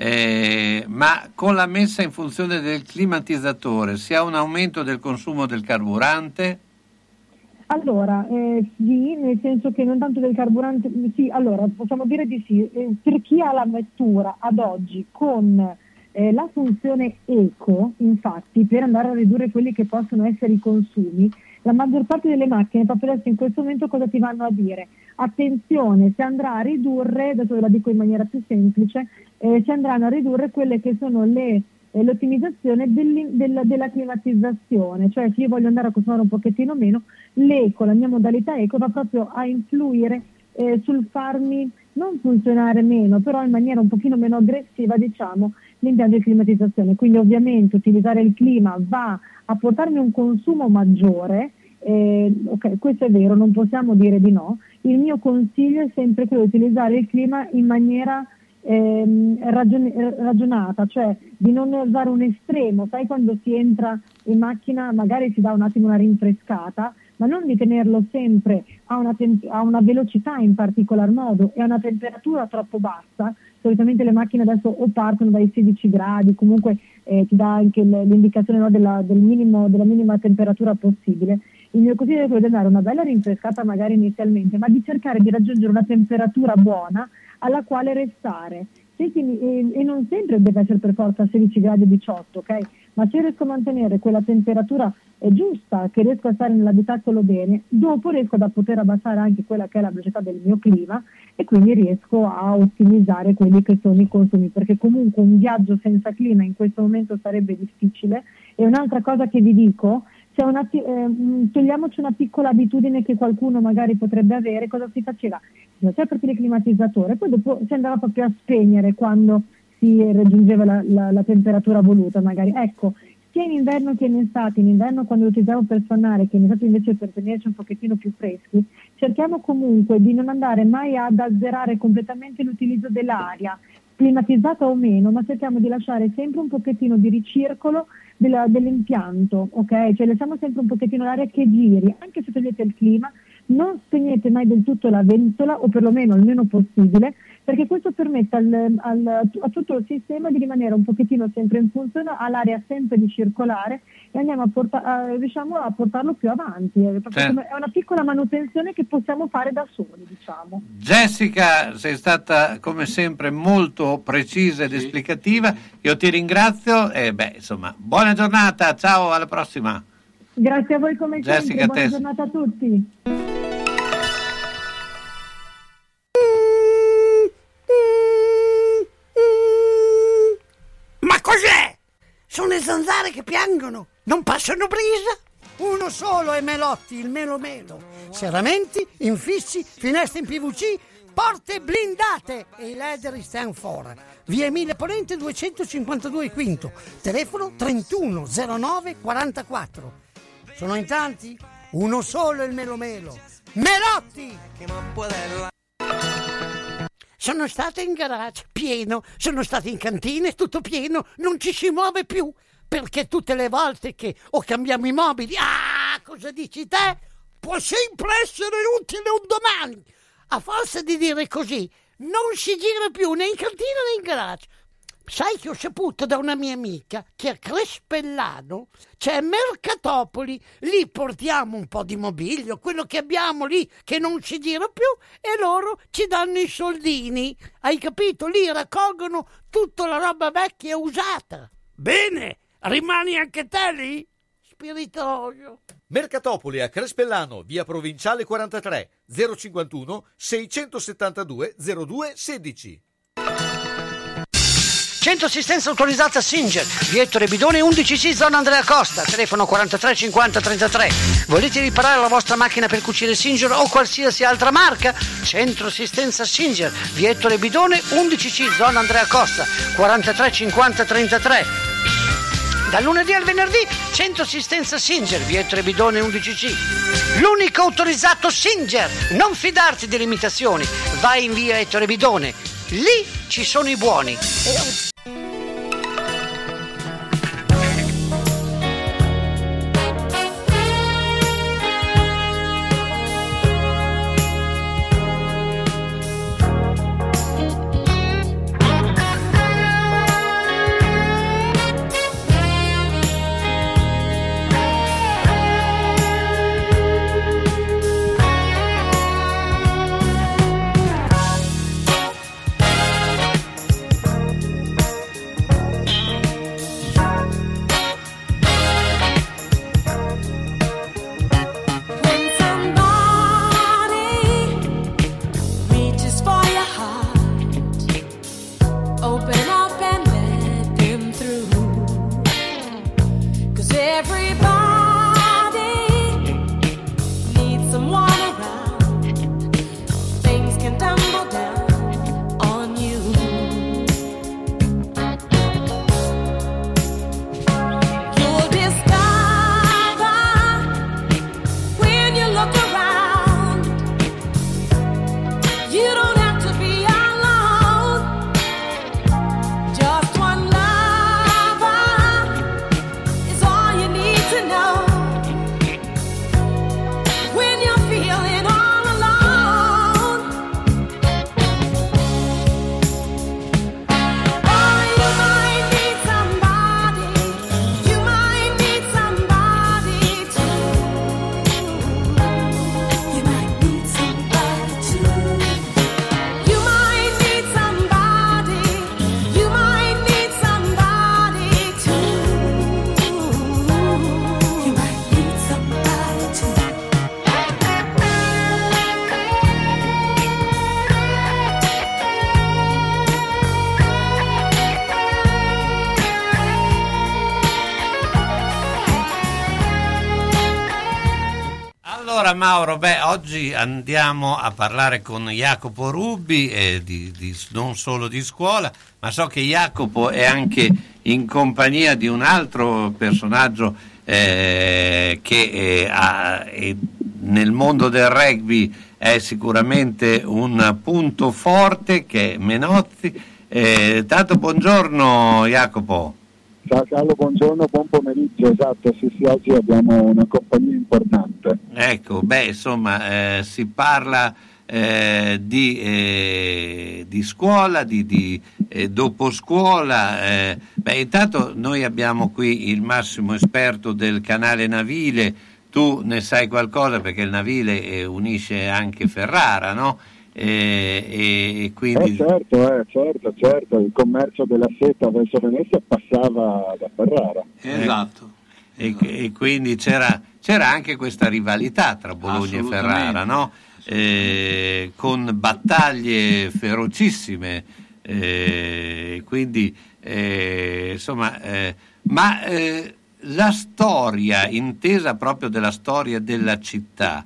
ma con la messa in funzione del climatizzatore si ha un aumento del consumo del carburante? Allora, sì, nel senso che non tanto del carburante, sì, allora possiamo dire di sì. Per chi ha la vettura ad oggi con La funzione eco, infatti, per andare a ridurre quelli che possono essere i consumi, la maggior parte delle macchine proprio adesso in questo momento cosa ti vanno a dire? Attenzione, si andrà a ridurre, adesso ve la dico in maniera più semplice, si andranno a ridurre quelle che sono l'ottimizzazione della climatizzazione, cioè se io voglio andare a consumare un pochettino meno, l'eco, la mia modalità eco va proprio a influire sul farmi non funzionare meno, però in maniera un pochino meno aggressiva, diciamo, l'impianto di climatizzazione. Quindi ovviamente utilizzare il clima va a portarmi un consumo maggiore, ok, questo è vero, non possiamo dire di no. Il mio consiglio è sempre quello di utilizzare il clima in maniera ragionata, cioè di non usare un estremo, sai, quando si entra in macchina magari si dà un attimo una rinfrescata, ma non di tenerlo sempre a una velocità in particolar modo e a una temperatura troppo bassa. Solitamente le macchine adesso o partono dai 16 gradi, comunque ti dà anche l'indicazione, no, della minima temperatura possibile. Il mio consiglio è quello di andare una bella rinfrescata magari inizialmente, ma di cercare di raggiungere una temperatura buona alla quale restare. E non sempre deve essere per forza 16 gradi o 18, ok? Ma se riesco a mantenere quella temperatura giusta, che riesco a stare nell'abitacolo bene, dopo riesco a poter abbassare anche quella che è la velocità del mio clima e quindi riesco a ottimizzare quelli che sono i consumi, perché comunque un viaggio senza clima in questo momento sarebbe difficile. E un'altra cosa che vi dico, togliamoci una piccola abitudine che qualcuno magari potrebbe avere. Cosa si faceva? Si faceva partire il climatizzatore, poi dopo si andava proprio a spegnere quando si raggiungeva la temperatura voluta magari. Ecco, sia in inverno che in estate, in inverno quando lo utilizziamo per sonnare, che in estate invece per tenerci un pochettino più freschi, cerchiamo comunque di non andare mai ad azzerare completamente l'utilizzo dell'aria, climatizzata o meno, ma cerchiamo di lasciare sempre un pochettino di ricircolo dell'impianto, ok? Cioè lasciamo sempre un pochettino l'aria che giri, anche se togliete il clima, non spegnete mai del tutto la ventola, o perlomeno il meno possibile, perché questo permette a tutto il sistema di rimanere un pochettino sempre in funzione, all'aria sempre di circolare, e andiamo riusciamo a portarlo più avanti. È una piccola manutenzione che possiamo fare da soli, diciamo. Jessica, sei stata come sempre molto precisa ed esplicativa, io ti ringrazio e insomma, buona giornata, ciao, alla prossima. Grazie a voi come Jessica, sempre, buona giornata a tutti. Ma cos'è? Sono le zanzare che piangono, non passano brisa? Uno solo è Melotti, il Melo Melo. Serramenti, infissi, finestre in PVC, porte blindate e i leder stand for. Via Emile Ponente 252 Quinto, telefono 31 09 44. Sono in tanti? Uno solo è il Melo Melo. Melotti! Sono stata in garage, pieno, sono stata in cantina, è tutto pieno, non ci si muove più, perché tutte le volte che cambiamo i mobili, cosa dici te? Può sempre essere utile un domani. A forza di dire così, non si gira più né in cantina né in garage. Sai che ho saputo da una mia amica che a Crespellano c'è Mercatopoli, lì portiamo un po' di mobilio, quello che abbiamo lì che non si gira più, e loro ci danno i soldini, hai capito? Lì raccolgono tutta la roba vecchia e usata. Bene, rimani anche te lì? Spiritoso. Mercatopoli a Crespellano, via Provinciale 43, 051 672 02 16. Centro assistenza autorizzata Singer, via Ettore Bidone 11C, zona Andrea Costa, telefono 43 50 33. Volete riparare la vostra macchina per cucire Singer o qualsiasi altra marca? Centro assistenza Singer, via Ettore Bidone 11C, zona Andrea Costa, 43 50 33. Dal lunedì al venerdì, centro assistenza Singer, via Ettore Bidone 11C. L'unico autorizzato Singer. Non fidarti delle imitazioni. Vai in via Ettore Bidone. Lì ci sono i buoni. Open up and let them through. 'Cause everybody needs someone around. Things can tumble down on you. You'll discover when you look around, you don't have to be alone. Just one lover is all you need to know. When you're feeling all alone, oh, you might need somebody. You might need somebody too. You might need somebody too. You might need somebody. You might need somebody too. You might need somebody too. Allora Mauro, oggi andiamo a parlare con Jacopo Rubi non solo di scuola, ma so che Jacopo è anche in compagnia di un altro personaggio che nel mondo del rugby è sicuramente un punto forte, che è Menotti. Tanto buongiorno Jacopo. Ciao Carlo, buongiorno, buon pomeriggio. Esatto, sì, oggi abbiamo una compagnia importante. Ecco, insomma, si parla di scuola, di dopo scuola. Intanto noi abbiamo qui il massimo esperto del canale navile. Tu ne sai qualcosa perché il navile unisce anche Ferrara, no? E quindi certo, il commercio della seta verso Venezia passava da Ferrara. Esatto. E quindi c'era anche questa rivalità tra Bologna e Ferrara, no? Con battaglie ferocissime, quindi insomma, ma la storia intesa proprio della storia della città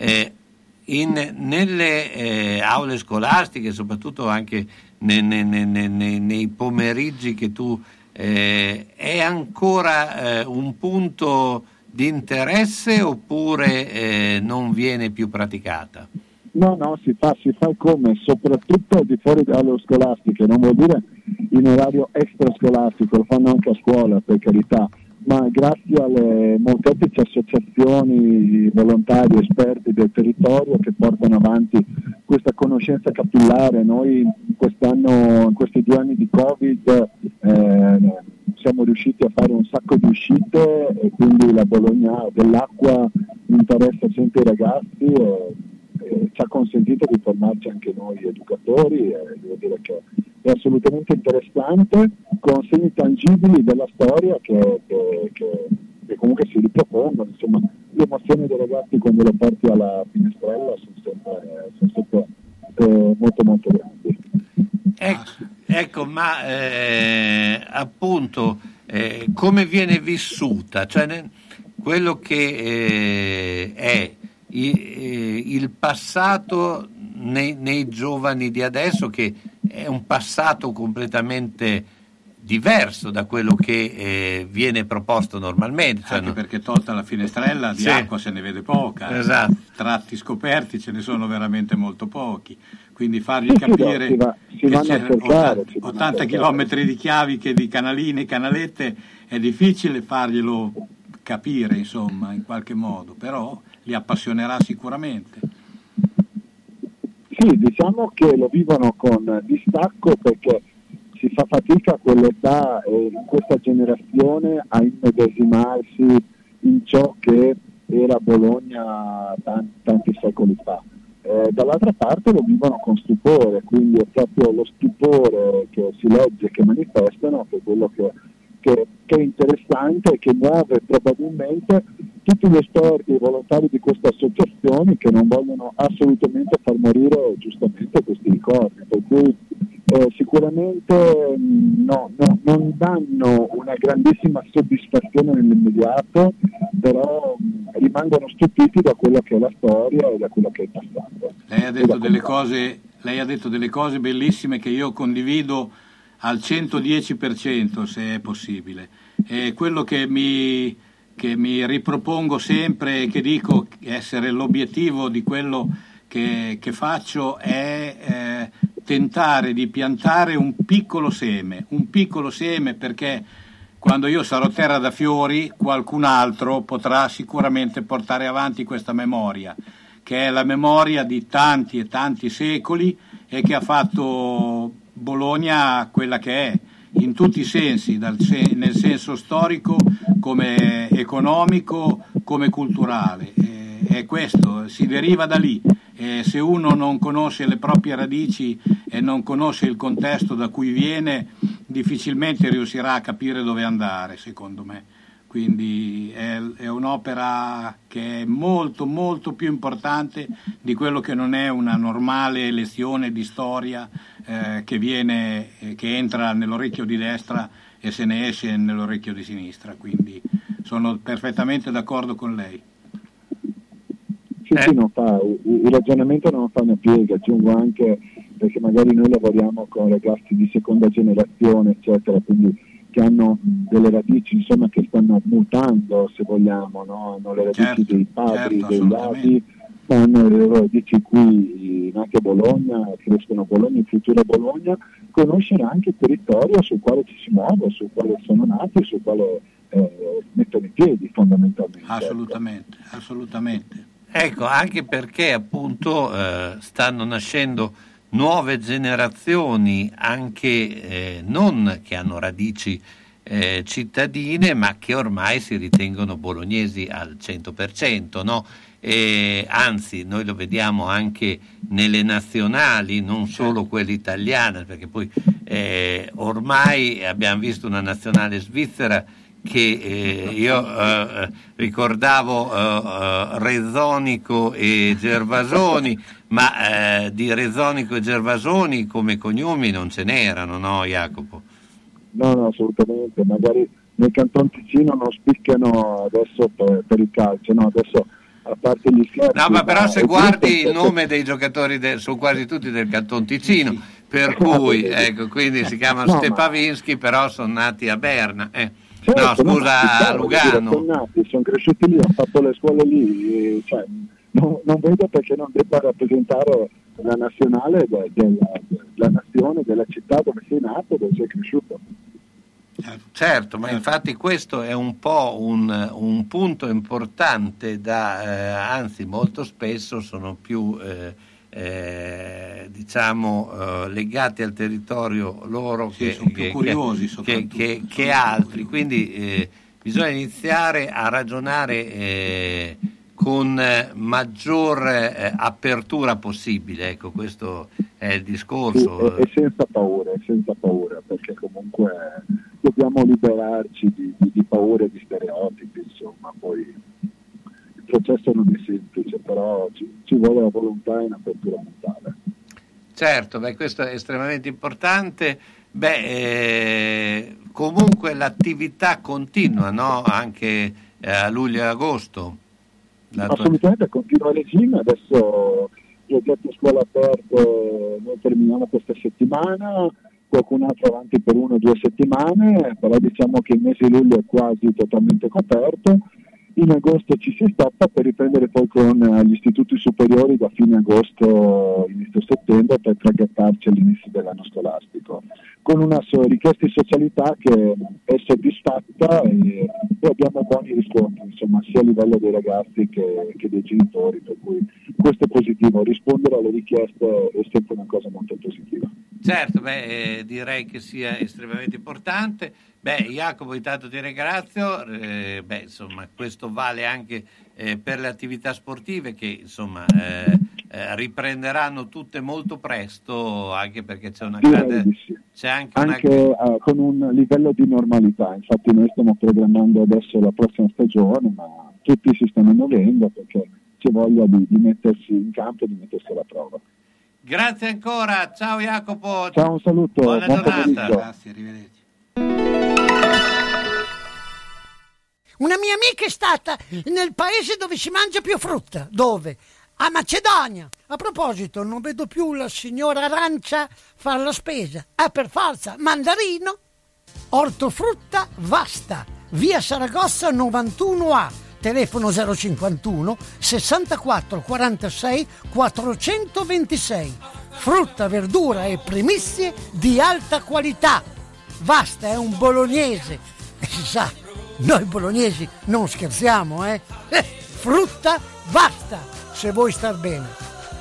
nelle aule scolastiche, soprattutto anche nei pomeriggi che tu è ancora un punto di interesse oppure non viene più praticata? No, si fa come, soprattutto al di fuori dalle aule scolastiche, non vuol dire in orario extrascolastico, lo fanno anche a scuola per carità, ma grazie alle molteplici associazioni, volontari, esperti del territorio che portano avanti questa conoscenza capillare. Noi quest'anno, in questi 2 anni di Covid, siamo riusciti a fare un sacco di uscite e quindi la Bologna dell'acqua interessa sempre i ragazzi e ci ha consentito di formarci anche noi educatori, e devo dire che è assolutamente interessante, con segni tangibili della storia che comunque si ripropongono. Insomma, le emozioni dei ragazzi quando lo porti alla finestrella sono sempre molto molto grandi. Ecco, ma appunto come viene vissuta, cioè quello che è il passato nei giovani di adesso, che è un passato completamente diverso da quello che viene proposto normalmente. Anche perché tolta la finestrella di acqua se ne vede poca. Esatto. Tratti scoperti ce ne sono veramente molto pochi. Quindi fargli capire che c'è 80 chilometri di chiavi che di canaline e canalette è difficile farglielo capire, insomma, in qualche modo, però li appassionerà sicuramente. Sì, diciamo che lo vivono con distacco perché si fa fatica a quell'età e in questa generazione a immedesimarsi in ciò che era Bologna tanti secoli fa. Dall'altra parte lo vivono con stupore, quindi è proprio lo stupore che si legge, che manifestano, che è quello che è interessante e che muove probabilmente tutti gli esperti e i volontari di queste associazioni che non vogliono assolutamente far morire giustamente questi ricordi, per cui sicuramente non danno una grandissima soddisfazione nell'immediato, però rimangono stupiti da quello che è la storia e da quello che è il passato. Lei ha detto delle cose bellissime che io condivido al 110%, se è possibile. E quello che mi ripropongo sempre e che dico essere l'obiettivo di quello che faccio è tentare di piantare un piccolo seme, perché quando io sarò terra da fiori qualcun altro potrà sicuramente portare avanti questa memoria, che è la memoria di tanti e tanti secoli e che ha fatto Bologna quella che è, in tutti i sensi, nel senso storico, come economico, come culturale. E questo si deriva da lì. Se uno non conosce le proprie radici e non conosce il contesto da cui viene, difficilmente riuscirà a capire dove andare, secondo me. Quindi è un'opera che è molto molto più importante di quello che non è una normale lezione di storia che entra nell'orecchio di destra e se ne esce nell'orecchio di sinistra. Quindi sono perfettamente d'accordo con lei. Sì, il ragionamento non fa una piega, aggiungo anche perché magari noi lavoriamo con ragazzi di seconda generazione, eccetera, quindi che hanno delle radici insomma che stanno mutando, se vogliamo, no? Hanno le radici dei padri, degli avi, ma hanno le loro radici qui nate a Bologna, crescono a Bologna, in futuro a Bologna, conoscere anche il territorio sul quale ci si muove, sul quale sono nati, sul quale mettono i piedi fondamentalmente. Assolutamente. Ecco, anche perché appunto stanno nascendo nuove generazioni anche non che hanno radici cittadine, ma che ormai si ritengono bolognesi al 100%, no? Anzi, noi lo vediamo anche nelle nazionali, non solo quelle italiane, perché poi ormai abbiamo visto una nazionale svizzera che io ricordavo Rezzonico e Gervasoni, ma di Rezzonico e Gervasoni come cognomi non ce n'erano, no Jacopo? No, assolutamente, magari nel Canton Ticino non spiccano adesso per il calcio, no, adesso a parte gli scherzi. No, ma però se guardi il nome dei giocatori sono quasi tutti del Canton Ticino, per cui ecco, quindi si chiamano Stepavinski, però sono nati a Berna. Certo, no, scusa, a Lugano. Sono cresciuti lì, hanno fatto le scuole lì, cioè, non vedo perché non debba rappresentare la nazionale della nazione, della città dove sei nato, dove sei cresciuto. Certo, ma infatti questo è un po' un punto importante anzi molto spesso sono più legati al territorio loro che altri, quindi bisogna iniziare a ragionare con maggior apertura possibile, ecco, questo è il discorso. E senza paura, perché comunque dobbiamo liberarci di paure e di stereotipi, insomma, poi il processo non è semplice, però ci vuole la volontà e un'apertura mentale. Certo, questo è estremamente importante. Comunque l'attività continua, no? Anche a luglio e agosto. Assolutamente, continua a regime, adesso progetto scuola aperto noi terminiamo questa settimana, qualcun altro avanti per 1 o 2 settimane, però diciamo che il mese di luglio è quasi totalmente coperto. In agosto ci si stoppa per riprendere poi con gli istituti superiori da fine agosto, inizio settembre, per traghettarci all'inizio dell'anno scolastico, con una richiesta di socialità che è soddisfatta e abbiamo buoni riscontri, insomma, sia a livello dei ragazzi che dei genitori, per cui questo è positivo, rispondere alle richieste è sempre una cosa molto positiva. Certo, direi che sia estremamente importante. Jacopo, intanto ti ringrazio, insomma, questo vale anche per le attività sportive che insomma riprenderanno tutte molto presto, anche perché c'è una grande... Sì. C'è anche con un livello di normalità, infatti noi stiamo programmando adesso la prossima stagione, ma tutti si stanno muovendo perché c'è voglia di mettersi in campo e di mettersi alla prova. Grazie ancora, ciao Jacopo. Ciao, un saluto, buona buon giornata. pomeriggio. Grazie, arrivederci. Una mia amica è stata nel paese dove si mangia più frutta. Dove? A Macedonia. A proposito, non vedo più la signora Arancia fare la spesa. Per forza, mandarino. Ortofrutta Vasta, via Saragozza 91A, telefono 051 64 46 426. Frutta, verdura e primizie di alta qualità. Vasta è un bolognese. E si sa, noi bolognesi non scherziamo, eh? Frutta Vasta, se vuoi star bene.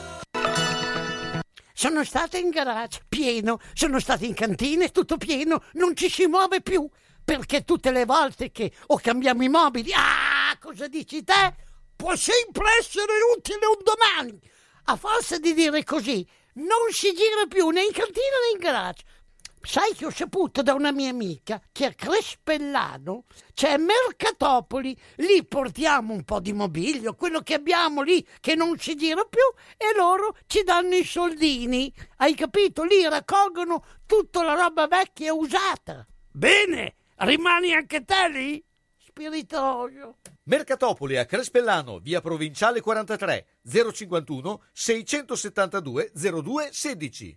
Sono stata in garage, pieno, sono stata in cantina, tutto pieno, non ci si muove più, perché tutte le volte che cambiamo i mobili, cosa dici te? Può sempre essere utile un domani. A forza di dire così, non si gira più né in cantina né in garage. Sai che ho saputo da una mia amica che a Crespellano c'è Mercatopoli, lì portiamo un po' di mobilio, quello che abbiamo lì che non si gira più, e loro ci danno i soldini, hai capito? Lì raccolgono tutta la roba vecchia e usata. Bene, rimani anche te lì? Spiritoso. Mercatopoli a Crespellano, via Provinciale 43, 051 672 02 16.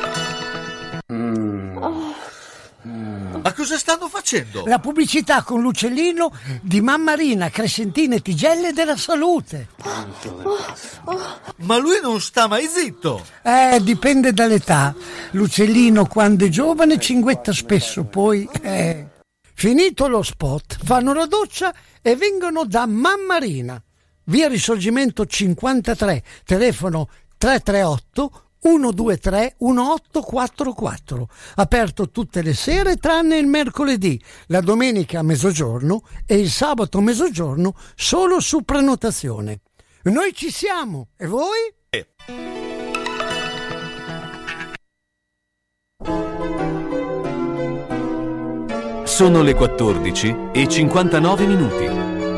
Ma cosa stanno facendo? La pubblicità con l'uccellino di Mammarina, Crescentine e Tigelle della Salute. Ma lui non sta mai zitto. Dipende dall'età. L'uccellino quando è giovane cinguetta spesso, poi finito lo spot fanno la doccia e vengono da Mammarina, via Risorgimento 53, telefono 338 123 1844, aperto tutte le sere tranne il mercoledì, la domenica a mezzogiorno e il sabato a mezzogiorno solo su prenotazione. Noi ci siamo, e voi? Sono le 14 e 59 minuti.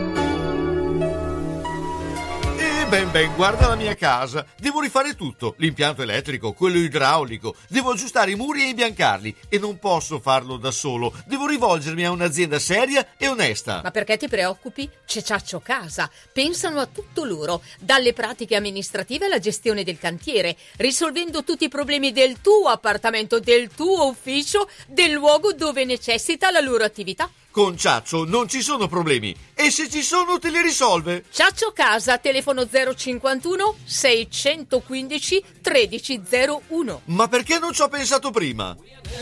Ben, guarda la mia casa. Devo rifare tutto, l'impianto elettrico, quello idraulico. Devo aggiustare i muri e imbiancarli. E non posso farlo da solo. Devo rivolgermi a un'azienda seria e onesta. Ma perché ti preoccupi? C'è Ciaccio Casa. Pensano a tutto loro, dalle pratiche amministrative alla gestione del cantiere, risolvendo tutti i problemi del tuo appartamento, del tuo ufficio, del luogo dove necessita la loro attività. Con Ciaccio non ci sono problemi, e se ci sono te li risolve. Ciaccio Casa, telefono 051 615 1301. Ma perché non ci ho pensato prima?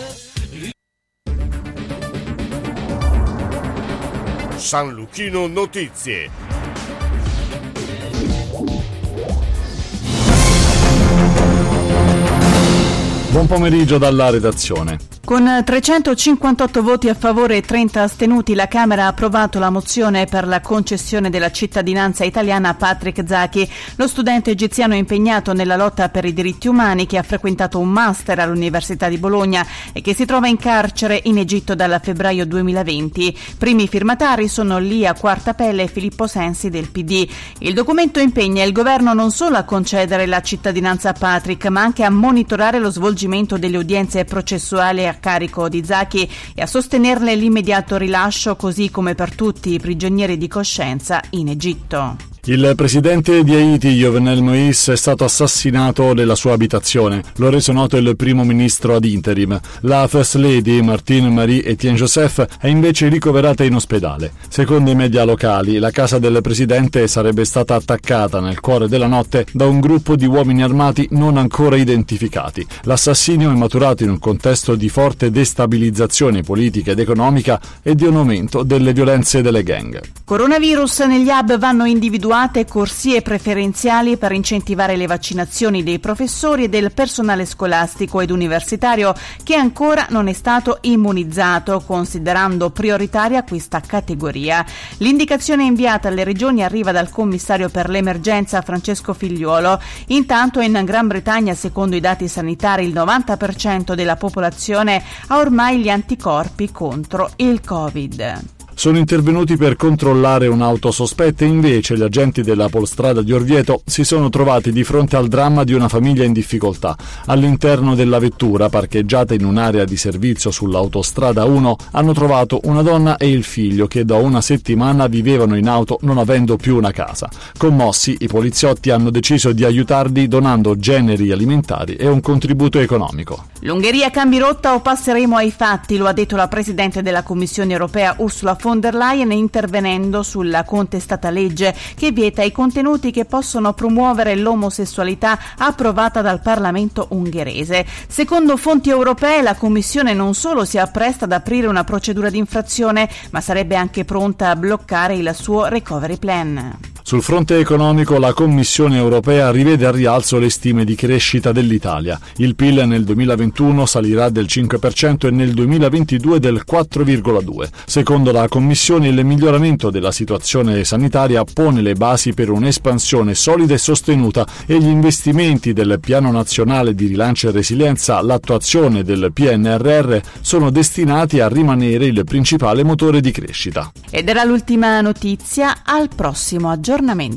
San Luchino Notizie. Buon pomeriggio dalla redazione. Con 358 voti a favore e 30 astenuti, la Camera ha approvato la mozione per la concessione della cittadinanza italiana a Patrick Zaki, lo studente egiziano impegnato nella lotta per i diritti umani che ha frequentato un master all'Università di Bologna e che si trova in carcere in Egitto dal febbraio 2020. Primi firmatari sono Lia Quartapelle e Filippo Sensi del PD. Il documento impegna il governo non solo a concedere la cittadinanza a Patrick, ma anche a monitorare lo svolgimento delle udienze processuali a carico di Zaki e a sostenerle l'immediato rilascio, così come per tutti i prigionieri di coscienza in Egitto. Il presidente di Haiti, Jovenel Moïse, è stato assassinato nella sua abitazione. Lo ha reso noto il primo ministro ad interim. La First Lady, Martine Marie Etienne Joseph, è invece ricoverata in ospedale. Secondo i media locali, la casa del presidente sarebbe stata attaccata nel cuore della notte da un gruppo di uomini armati non ancora identificati. L'assassinio è maturato in un contesto di forte destabilizzazione politica ed economica e di un aumento delle violenze delle gang. Coronavirus: negli hub vanno individuate corsie preferenziali per incentivare le vaccinazioni dei professori e del personale scolastico ed universitario che ancora non è stato immunizzato, considerando prioritaria questa categoria. L'indicazione inviata alle regioni arriva dal commissario per l'emergenza Francesco Figliuolo. Intanto in Gran Bretagna, secondo i dati sanitari, il 90% della popolazione ha ormai gli anticorpi contro il Covid. sono intervenuti per controllare un'auto sospetta e invece gli agenti della Polstrada di Orvieto si sono trovati di fronte al dramma di una famiglia in difficoltà. All'interno della vettura, parcheggiata in un'area di servizio sull'autostrada 1, hanno trovato una donna e il figlio che da una settimana vivevano in auto non avendo più una casa. Commossi, i poliziotti hanno deciso di aiutarli donando generi alimentari e un contributo economico. L'Ungheria cambi rotta o passeremo ai fatti, lo ha detto la Presidente della Commissione europea Ursula von der Leyen intervenendo sulla contestata legge che vieta i contenuti che possono promuovere l'omosessualità approvata dal Parlamento ungherese. Secondo fonti europee la Commissione non solo si appresta ad aprire una procedura di infrazione, ma sarebbe anche pronta a bloccare il suo recovery plan. Sul fronte economico la Commissione europea rivede al rialzo le stime di crescita dell'Italia. Il PIL nel 2021 salirà del 5% e nel 2022 del 4,2%. Secondo la Commissione il miglioramento della situazione sanitaria pone le basi per un'espansione solida e sostenuta e gli investimenti del Piano Nazionale di Rilancio e Resilienza, l'attuazione del PNRR, sono destinati a rimanere il principale motore di crescita. Ed era l'ultima notizia, al prossimo aggiornamento.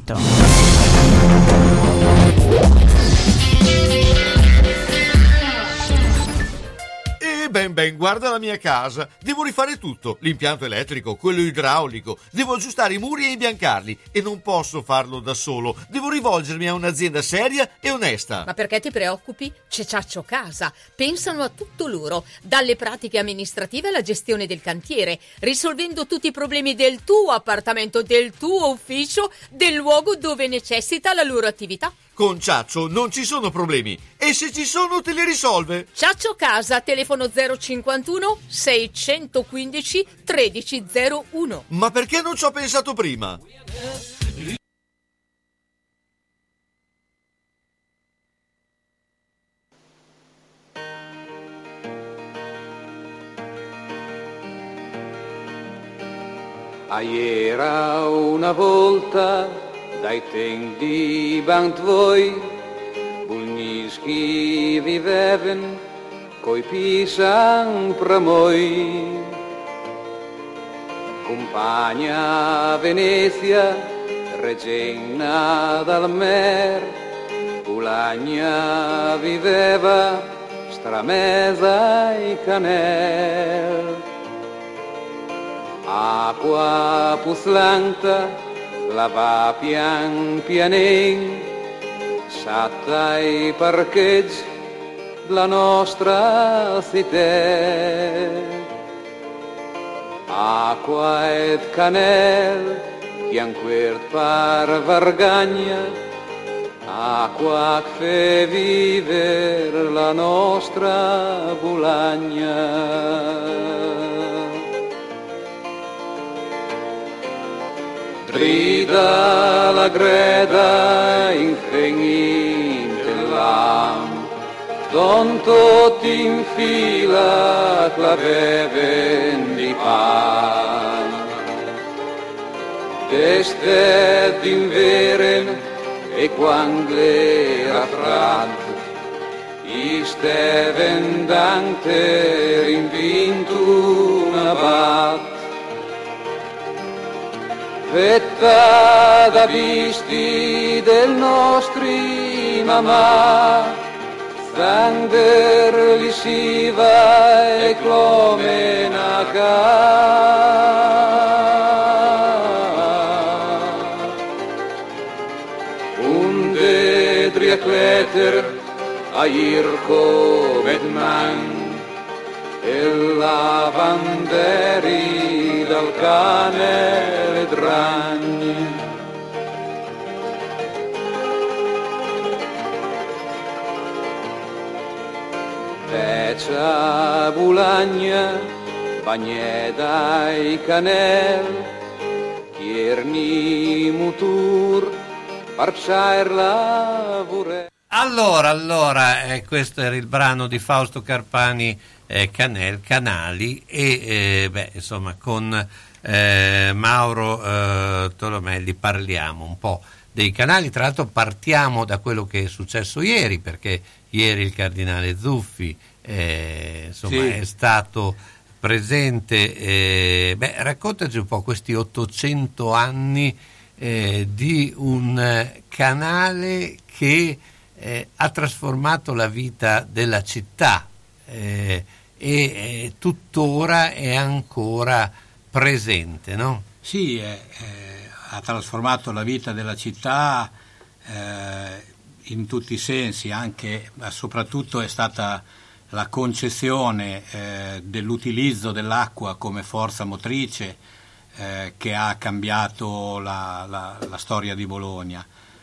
Ben, guarda la mia casa. Devo rifare tutto, l'impianto elettrico, quello idraulico. Devo aggiustare i muri e imbiancarli e non posso farlo da solo. Devo rivolgermi a un'azienda seria e onesta. Ma perché ti preoccupi? C'è Ciaccio Casa. Pensano a tutto loro, dalle pratiche amministrative alla gestione del cantiere, risolvendo tutti i problemi del tuo appartamento, del tuo ufficio, del luogo dove necessita la loro attività. Con Ciaccio non ci sono problemi e se ci sono te li risolve. Ciaccio Casa, telefono 051 615 1301. Ma perché non ci ho pensato prima? Era una volta dai tempi di Bantvoi, Bulnischi viveven coi pisan pramoi. Compagna Venezia, regina dal mer, Bulagna viveva, stramesa e canel. Acqua puslanta, lava pian pianen, satta ai parcheggi la nostra città. Acqua ed canel, chianquert par Vargagna, acqua che fe viver la nostra Bulagna. Grida la greda infinite lam, don tutti in fila claveven di pan. D'este d'inveren e quando era frad, isteven dante rinvinto una bat. Fetta da visti del nostri mamà, stander lisiva e clomenaca. Unde driakleter a Irko Vedman e la banderi dal cane le dragni. Vecia Bulagna, bagneda i canel, chierni mutur, parpsair la vure. Allora, questo era il brano di Fausto Carpani, Canali, e insomma con Mauro Tolomelli parliamo un po' dei canali. Tra l'altro partiamo da quello che è successo ieri, perché ieri il cardinale Zuffi Sì. è stato presente. Raccontaci un po' questi 800 anni di un canale che ha trasformato la vita della città e tuttora è ancora presente, no? Sì, ha trasformato la vita della città in tutti i sensi, anche, ma soprattutto è stata la concezione dell'utilizzo dell'acqua come forza motrice che ha cambiato la storia di Bologna.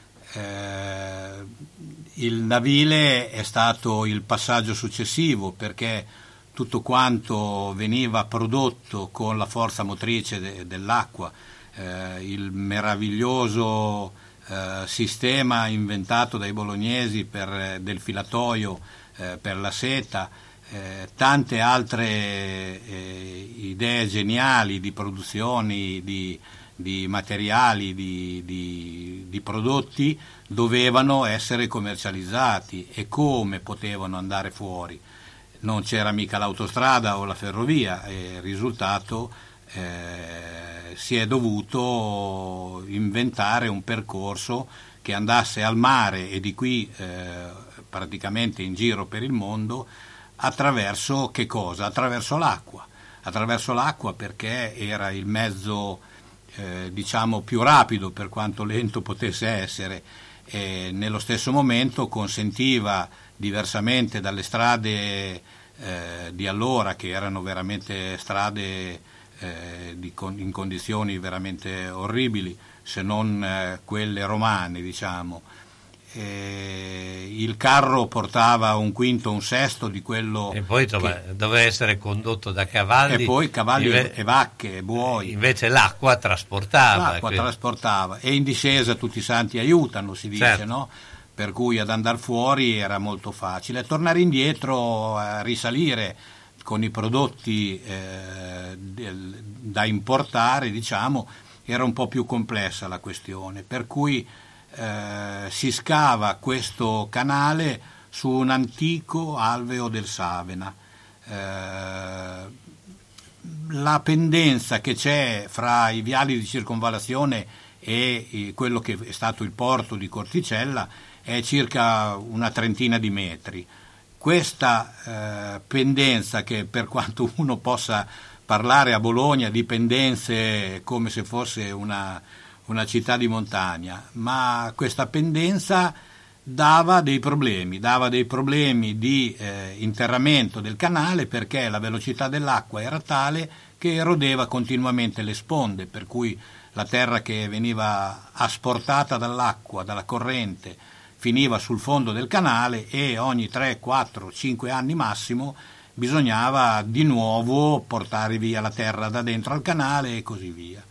Il navile è stato il passaggio successivo, perché tutto quanto veniva prodotto con la forza motrice dell'acqua, il meraviglioso sistema inventato dai bolognesi del filatoio per la seta, tante altre idee geniali di produzioni di materiali, di prodotti dovevano essere commercializzati. E come potevano andare fuori? Non c'era mica l'autostrada o la ferrovia, e il risultato si è dovuto inventare un percorso che andasse al mare e di qui praticamente in giro per il mondo attraverso che cosa? Attraverso l'acqua, perché era il mezzo diciamo più rapido, per quanto lento potesse essere, e nello stesso momento consentiva, diversamente dalle strade di allora, che erano veramente strade in condizioni veramente orribili, se non quelle romane, diciamo. Il carro portava un quinto, un sesto di quello, e poi doveva essere condotto da cavalli, e poi cavalli e vacche e buoi. Invece l'acqua trasportava, e in discesa tutti i santi aiutano, si dice, certo. No? Per cui ad andare fuori era molto facile. Tornare indietro, a risalire con i prodotti da importare, diciamo, era un po' più complessa la questione, per cui si scava questo canale su un antico alveo del Savena. La pendenza che c'è fra i viali di circonvallazione e quello che è stato il porto di Corticella è circa una trentina di metri. Questa pendenza, che per quanto uno possa parlare a Bologna di pendenze come se fosse una città di montagna, ma questa pendenza dava dei problemi di interramento del canale, perché la velocità dell'acqua era tale che erodeva continuamente le sponde, per cui la terra che veniva asportata dall'acqua, dalla corrente, finiva sul fondo del canale, e ogni 3, 4, 5 anni massimo bisognava di nuovo portare via la terra da dentro al canale e così via.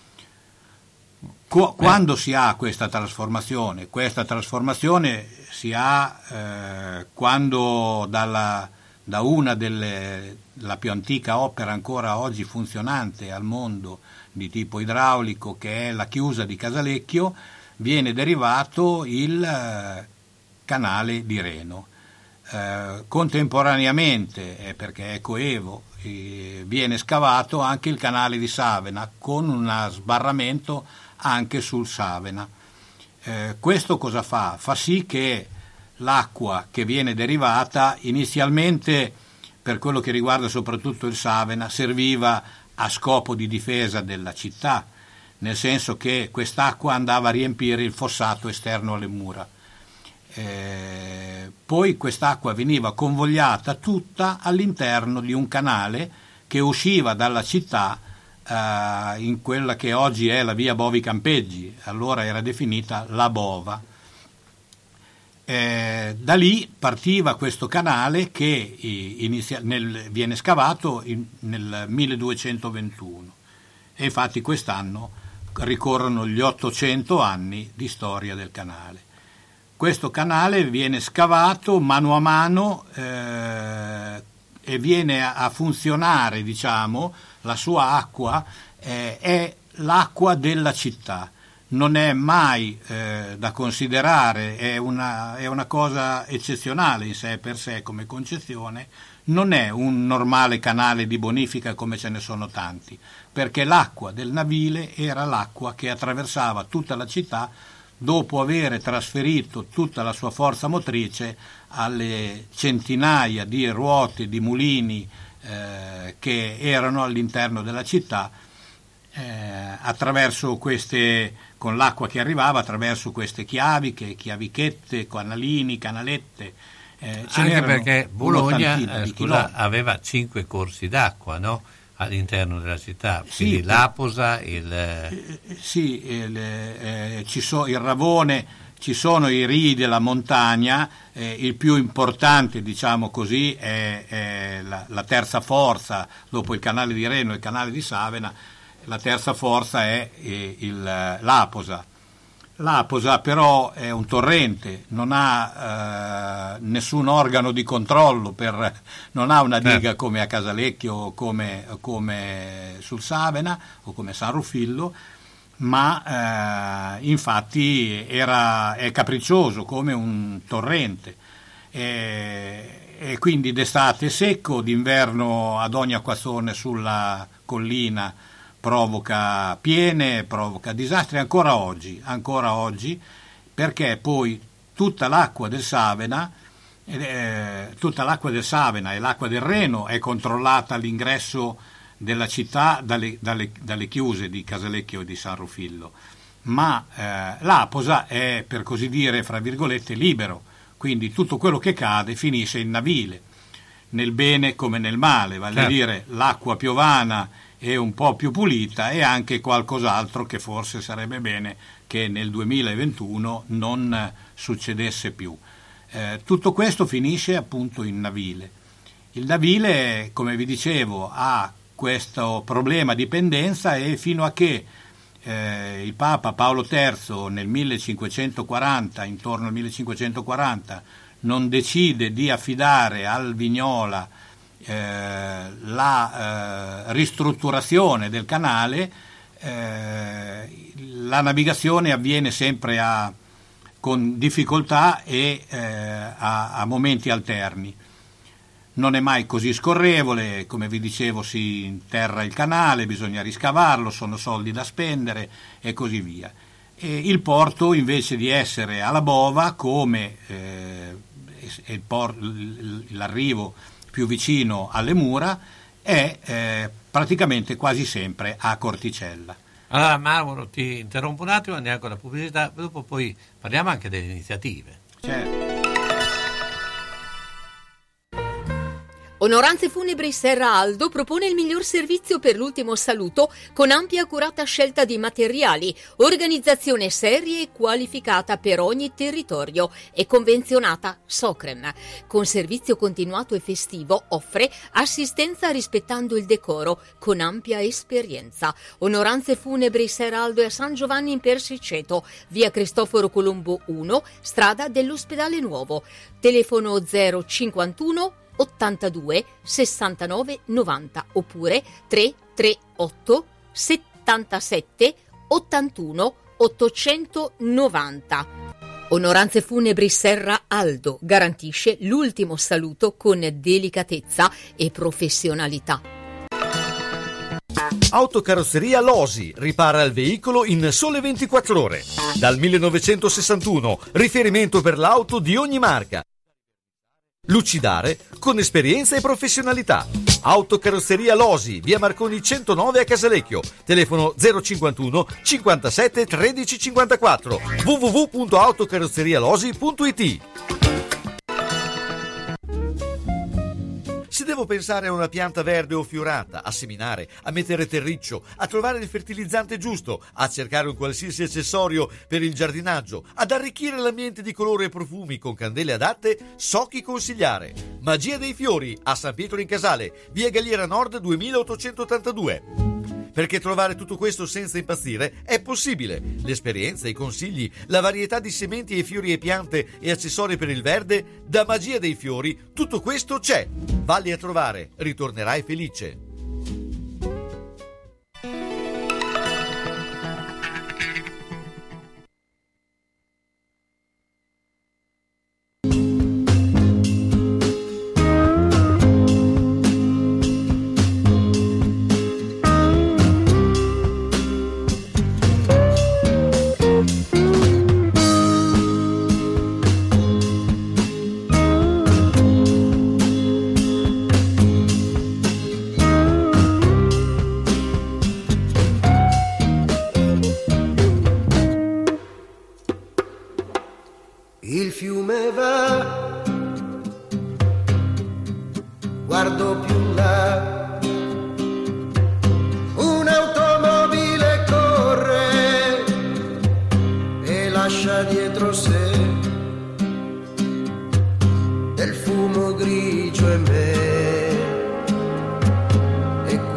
Quando si ha questa trasformazione? Questa trasformazione si ha quando da una la più antica opera ancora oggi funzionante al mondo di tipo idraulico, che è la chiusa di Casalecchio, viene derivato il canale di Reno. Contemporaneamente, perché è coevo, viene scavato anche il canale di Savena, con un sbarramento anche sul Savena. Questo cosa fa? Fa sì che l'acqua che viene derivata inizialmente, per quello che riguarda soprattutto il Savena, serviva a scopo di difesa della città, nel senso che quest'acqua andava a riempire il fossato esterno alle mura. Poi quest'acqua veniva convogliata tutta all'interno di un canale che usciva dalla città in quella che oggi è la via Bovi Campeggi, allora era definita la Bova. Da lì partiva questo canale che viene scavato nel 1221, e infatti quest'anno ricorrono gli 800 anni di storia del canale. Questo canale viene scavato mano a mano e viene a funzionare, diciamo, la sua acqua è l'acqua della città. Non è mai da considerare, è una cosa eccezionale in sé per sé come concezione, non è un normale canale di bonifica come ce ne sono tanti, perché l'acqua del Navile era l'acqua che attraversava tutta la città dopo aver trasferito tutta la sua forza motrice alle centinaia di ruote, di mulini che erano all'interno della città, attraverso queste, con l'acqua che arrivava attraverso queste chiavichette, canalini, canalette. Anche perché Bologna aveva 5 corsi d'acqua, no? All'interno della città, quindi l'Aposa, il Ravone, ci sono i rii della montagna, il più importante, diciamo così, è la terza forza, dopo il canale di Reno e il canale di Savena, la terza forza è l'Aposa. L'Aposa però è un torrente, non ha nessun organo di controllo, non ha una diga come a Casalecchio o come sul Savena o come San Rufillo, ma infatti è capriccioso come un torrente, e quindi d'estate secco, d'inverno ad ogni acquazzone sulla collina provoca piene, provoca disastri ancora oggi, perché poi tutta l'acqua del Savena e l'acqua del Reno è controllata all'ingresso della città dalle chiuse di Casalecchio e di San Rufillo, ma l'Aposa è, per così dire, fra virgolette, libero, quindi tutto quello che cade finisce in Navile, nel bene come nel male, vale a dire l'acqua piovana è un po' più pulita e anche qualcos'altro che forse sarebbe bene che nel 2021 non succedesse più. Tutto questo finisce appunto in Navile. Il Navile, come vi dicevo, ha questo problema di pendenza, e fino a che il Papa Paolo III nel 1540, intorno al 1540, non decide di affidare al Vignola la ristrutturazione del canale, la navigazione avviene sempre con difficoltà e a momenti alterni. Non è mai così scorrevole, come vi dicevo, si interra il canale, bisogna riscavarlo, sono soldi da spendere e così via. E il porto, invece di essere alla Bova, come l'arrivo più vicino alle mura, è praticamente quasi sempre a Corticella. Allora Mauro, ti interrompo un attimo, andiamo con la pubblicità, dopo poi parliamo anche delle iniziative. Certo. Onoranze Funebri Serra Aldo propone il miglior servizio per l'ultimo saluto con ampia e accurata scelta di materiali, organizzazione seria e qualificata per ogni territorio e convenzionata Socrem. Con servizio continuato e festivo offre assistenza rispettando il decoro con ampia esperienza. Onoranze Funebri Serra Aldo è a San Giovanni in Persiceto, via Cristoforo Colombo 1, strada dell'Ospedale Nuovo. Telefono 051 82 69 90 oppure 338 77 81 890. Onoranze Funebri Serra Aldo garantisce l'ultimo saluto con delicatezza e professionalità. Autocarrozzeria Losi ripara il veicolo in sole 24 ore. Dal 1961, riferimento per l'auto di ogni marca. Lucidare con esperienza e professionalità. Autocarrozzeria Losi, via Marconi 109 a Casalecchio. Telefono 051 57 13 54. www.autocarrozzerialosi.it. Se devo pensare a una pianta verde o fiorata, a seminare, a mettere terriccio, a trovare il fertilizzante giusto, a cercare un qualsiasi accessorio per il giardinaggio, ad arricchire l'ambiente di colore e profumi con candele adatte, so chi consigliare. Magia dei Fiori, a San Pietro in Casale, via Galliera Nord 2882. Perché trovare tutto questo senza impazzire è possibile. L'esperienza, i consigli, la varietà di sementi e fiori e piante e accessori per il verde, da Magia dei Fiori, tutto questo c'è. Valli a trovare, ritornerai felice.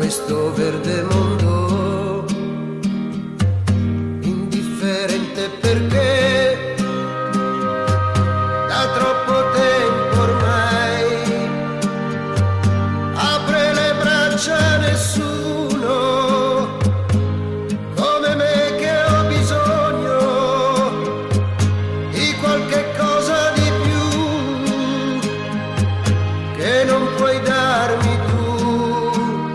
questo verde mondo, indifferente perché da troppo tempo ormai apre le braccia a nessuno come me che ho bisogno di qualche cosa di più che non puoi darmi tu,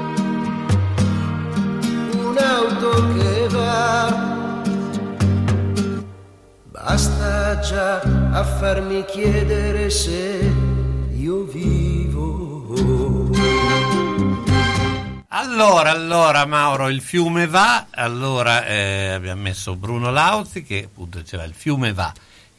un'auto che va, basta già a farmi chiedere se io vivo. Allora Mauro, il fiume va, allora abbiamo messo Bruno Lauzi che appunto diceva il fiume va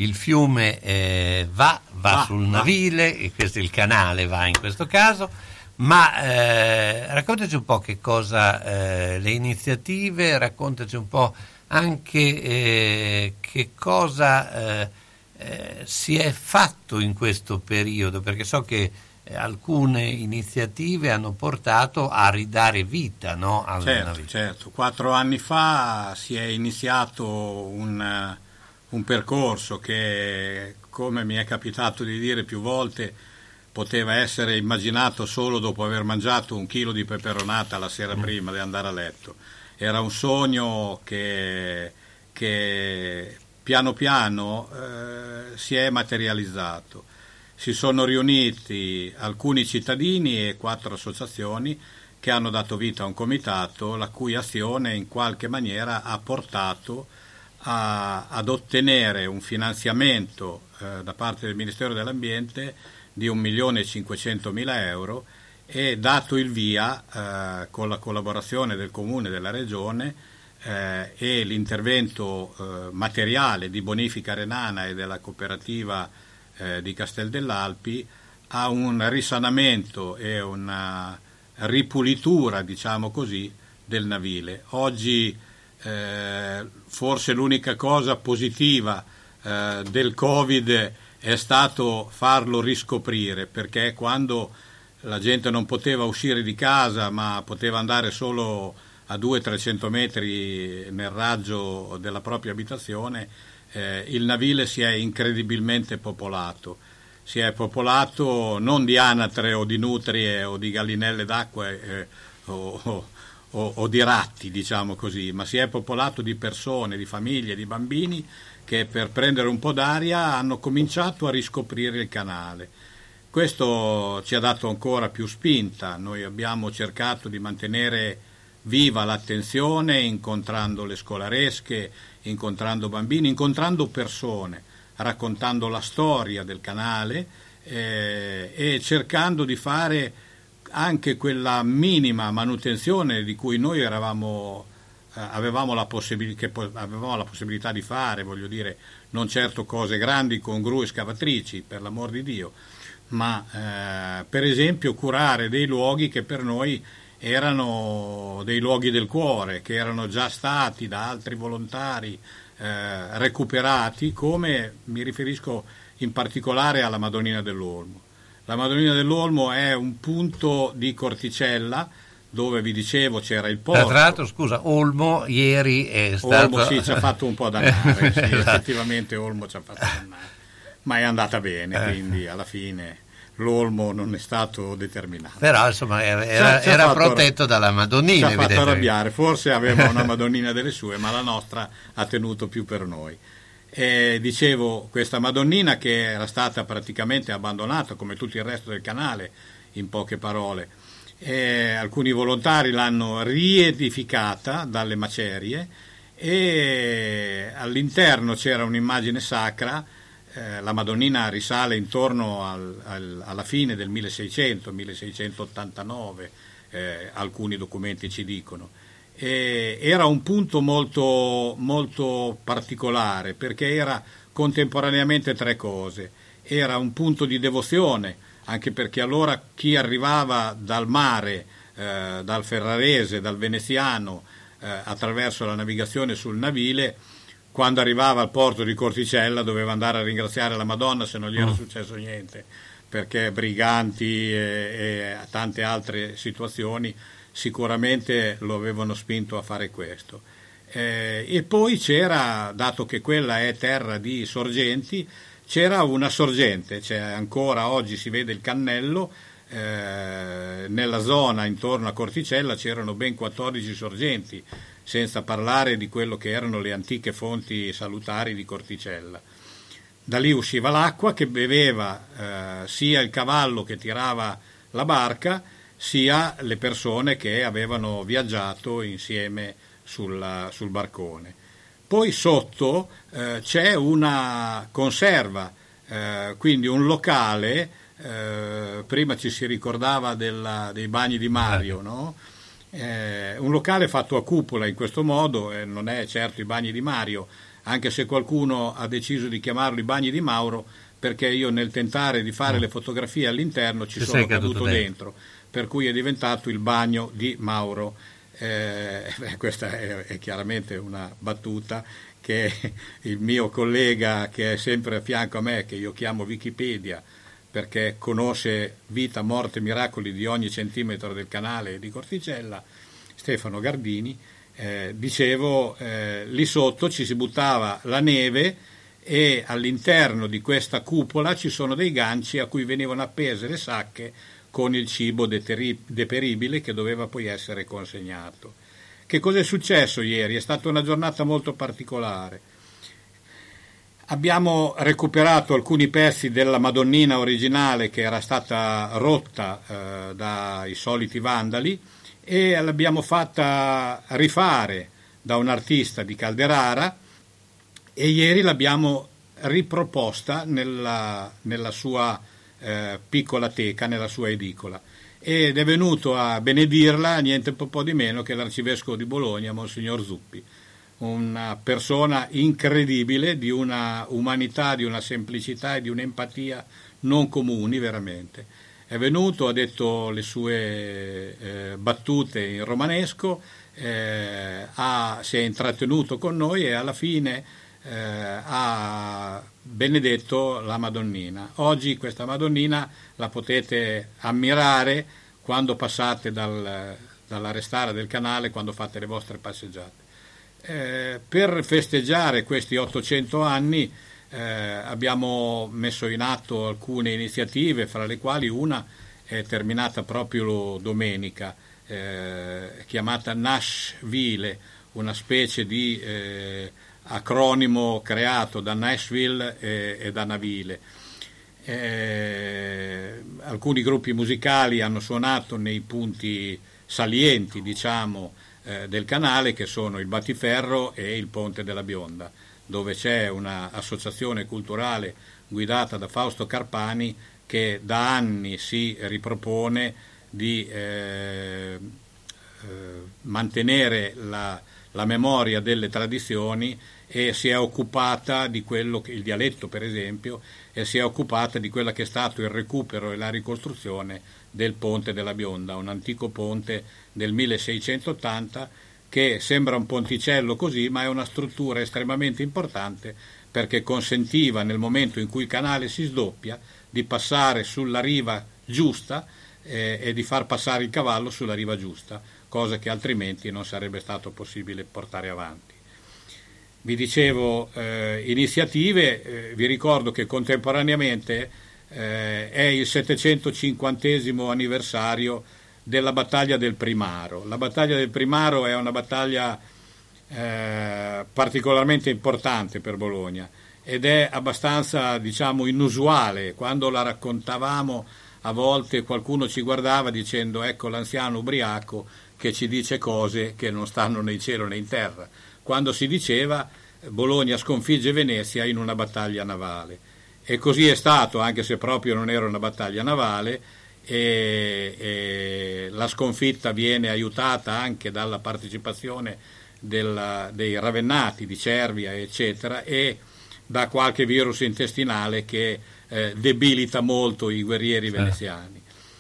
sul Navile, e questo è il canale va in questo caso, ma raccontaci un po' che cosa, le iniziative, raccontaci un po' anche che cosa si è fatto in questo periodo, perché so che alcune iniziative hanno portato a ridare vita, no, al Navile. Certo, 4 anni fa si è iniziato un percorso che, come mi è capitato di dire più volte, poteva essere immaginato solo dopo aver mangiato 1 chilo di peperonata la sera prima di andare a letto. Era un sogno che piano piano si è materializzato. Si sono riuniti alcuni cittadini e 4 associazioni che hanno dato vita a un comitato la cui azione in qualche maniera ha portato ad ottenere un finanziamento da parte del Ministero dell'Ambiente di 1.500.000 euro e dato il via con la collaborazione del Comune e della Regione e l'intervento materiale di Bonifica Renana e della cooperativa di Castel dell'Alpi a un risanamento e una ripulitura, diciamo così, del Navile. Oggi forse l'unica cosa positiva del Covid è stato farlo riscoprire, perché quando la gente non poteva uscire di casa ma poteva andare solo a 200-300 metri nel raggio della propria abitazione, il Navile si è incredibilmente popolato. Si è popolato non di anatre o di nutrie o di gallinelle d'acqua o di ratti, diciamo così, ma si è popolato di persone, di famiglie, di bambini che per prendere un po' d'aria hanno cominciato a riscoprire il canale. Questo ci ha dato ancora più spinta. Noi abbiamo cercato di mantenere viva l'attenzione, incontrando le scolaresche, incontrando bambini, incontrando persone, raccontando la storia del canale e cercando di fare anche quella minima manutenzione di cui noi avevamo la possibilità di fare, voglio dire, non certo cose grandi con gru e scavatrici, per l'amor di Dio, ma per esempio curare dei luoghi che per noi erano dei luoghi del cuore, che erano già stati da altri volontari recuperati, come mi riferisco in particolare alla Madonnina dell'Olmo. La Madonnina dell'Olmo è un punto di Corticella dove vi dicevo c'era il porto. Tra l'altro, scusa, Olmo ieri è stato... Olmo sì, ci ha fatto un po' dannare, sì, effettivamente Olmo ci ha fatto dannare, ma è andata bene, quindi alla fine l'Olmo non è stato determinato. Però insomma era protetto dalla Madonnina. Ci ha fatto arrabbiare, forse aveva una Madonnina delle sue, ma la nostra ha tenuto più per noi. E dicevo, questa Madonnina che era stata praticamente abbandonata come tutto il resto del canale, in poche parole, alcuni volontari l'hanno riedificata dalle macerie e all'interno c'era un'immagine sacra. La Madonnina risale intorno alla fine del 1600-1689, alcuni documenti ci dicono. Era un punto molto, molto particolare perché era contemporaneamente 3 cose. Era un punto di devozione, anche perché allora chi arrivava dal mare, dal Ferrarese, dal Veneziano, attraverso la navigazione sul Navile, quando arrivava al porto di Corticella doveva andare a ringraziare la Madonna se non gli era successo niente, perché briganti e tante altre situazioni sicuramente lo avevano spinto a fare questo. E poi c'era, dato che quella è terra di sorgenti, c'era una sorgente, cioè ancora oggi si vede il Cannello, nella zona intorno a Corticella c'erano ben 14 sorgenti, senza parlare di quello che erano le antiche fonti salutari di Corticella. Da lì usciva l'acqua che beveva sia il cavallo che tirava la barca, sia le persone che avevano viaggiato insieme sul barcone. Poi sotto c'è una conserva, quindi un locale, prima ci si ricordava dei bagni di Mario, no? Un locale fatto a cupola in questo modo, non è certo i bagni di Mario, anche se qualcuno ha deciso di chiamarlo i bagni di Mauro, perché io nel tentare di fare le fotografie all'interno ci sono caduto dentro, per cui è diventato il bagno di Mauro. Questa è chiaramente una battuta che il mio collega, che è sempre a fianco a me, che io chiamo Wikipedia perché conosce vita, morte, miracoli di ogni centimetro del canale di Corticella, Stefano Gardini, dicevo, lì sotto ci si buttava la neve e all'interno di questa cupola ci sono dei ganci a cui venivano appese le sacche con il cibo deperibile che doveva poi essere consegnato. Che cosa è successo ieri? È stata una giornata molto particolare. Abbiamo recuperato alcuni pezzi della Madonnina originale che era stata rotta dai soliti vandali e l'abbiamo fatta rifare da un artista di Calderara e ieri l'abbiamo riproposta nella sua piccola teca, nella sua edicola, ed è venuto a benedirla niente po' di meno che l'arcivescovo di Bologna, Monsignor Zuppi, una persona incredibile, di una umanità, di una semplicità e di un'empatia non comuni veramente. È venuto, ha detto le sue battute in romanesco, si è intrattenuto con noi e alla fine ha benedetto la Madonnina. Oggi questa Madonnina la potete ammirare quando passate dalla restara del canale, quando fate le vostre passeggiate. Per festeggiare questi 800 anni abbiamo messo in atto alcune iniziative, fra le quali una è terminata proprio domenica, chiamata Nashville, una specie di acronimo creato da Nashville e da Navile. Alcuni gruppi musicali hanno suonato nei punti salienti, diciamo, del canale, che sono il Battiferro e il Ponte della Bionda, dove c'è un'associazione culturale guidata da Fausto Carpani che da anni si ripropone di mantenere la memoria delle tradizioni e si è occupata di quello che il dialetto, per esempio, e si è occupata di quello che è stato il recupero e la ricostruzione del Ponte della Bionda, un antico ponte del 1680 che sembra un ponticello così, ma è una struttura estremamente importante perché consentiva, nel momento in cui il canale si sdoppia, di passare sulla riva giusta e di far passare il cavallo sulla riva giusta, cosa che altrimenti non sarebbe stato possibile portare avanti. Vi dicevo iniziative, vi ricordo che contemporaneamente è il 750° anniversario della battaglia del Primaro. La battaglia del Primaro è una battaglia particolarmente importante per Bologna ed è abbastanza, diciamo, inusuale. Quando la raccontavamo a volte qualcuno ci guardava dicendo: ecco l'anziano ubriaco che ci dice cose che non stanno né in cielo né in terra, quando si diceva Bologna sconfigge Venezia in una battaglia navale. E così è stato, anche se proprio non era una battaglia navale, e la sconfitta viene aiutata anche dalla partecipazione dei ravennati di Cervia, eccetera, e da qualche virus intestinale che debilita molto i guerrieri veneziani.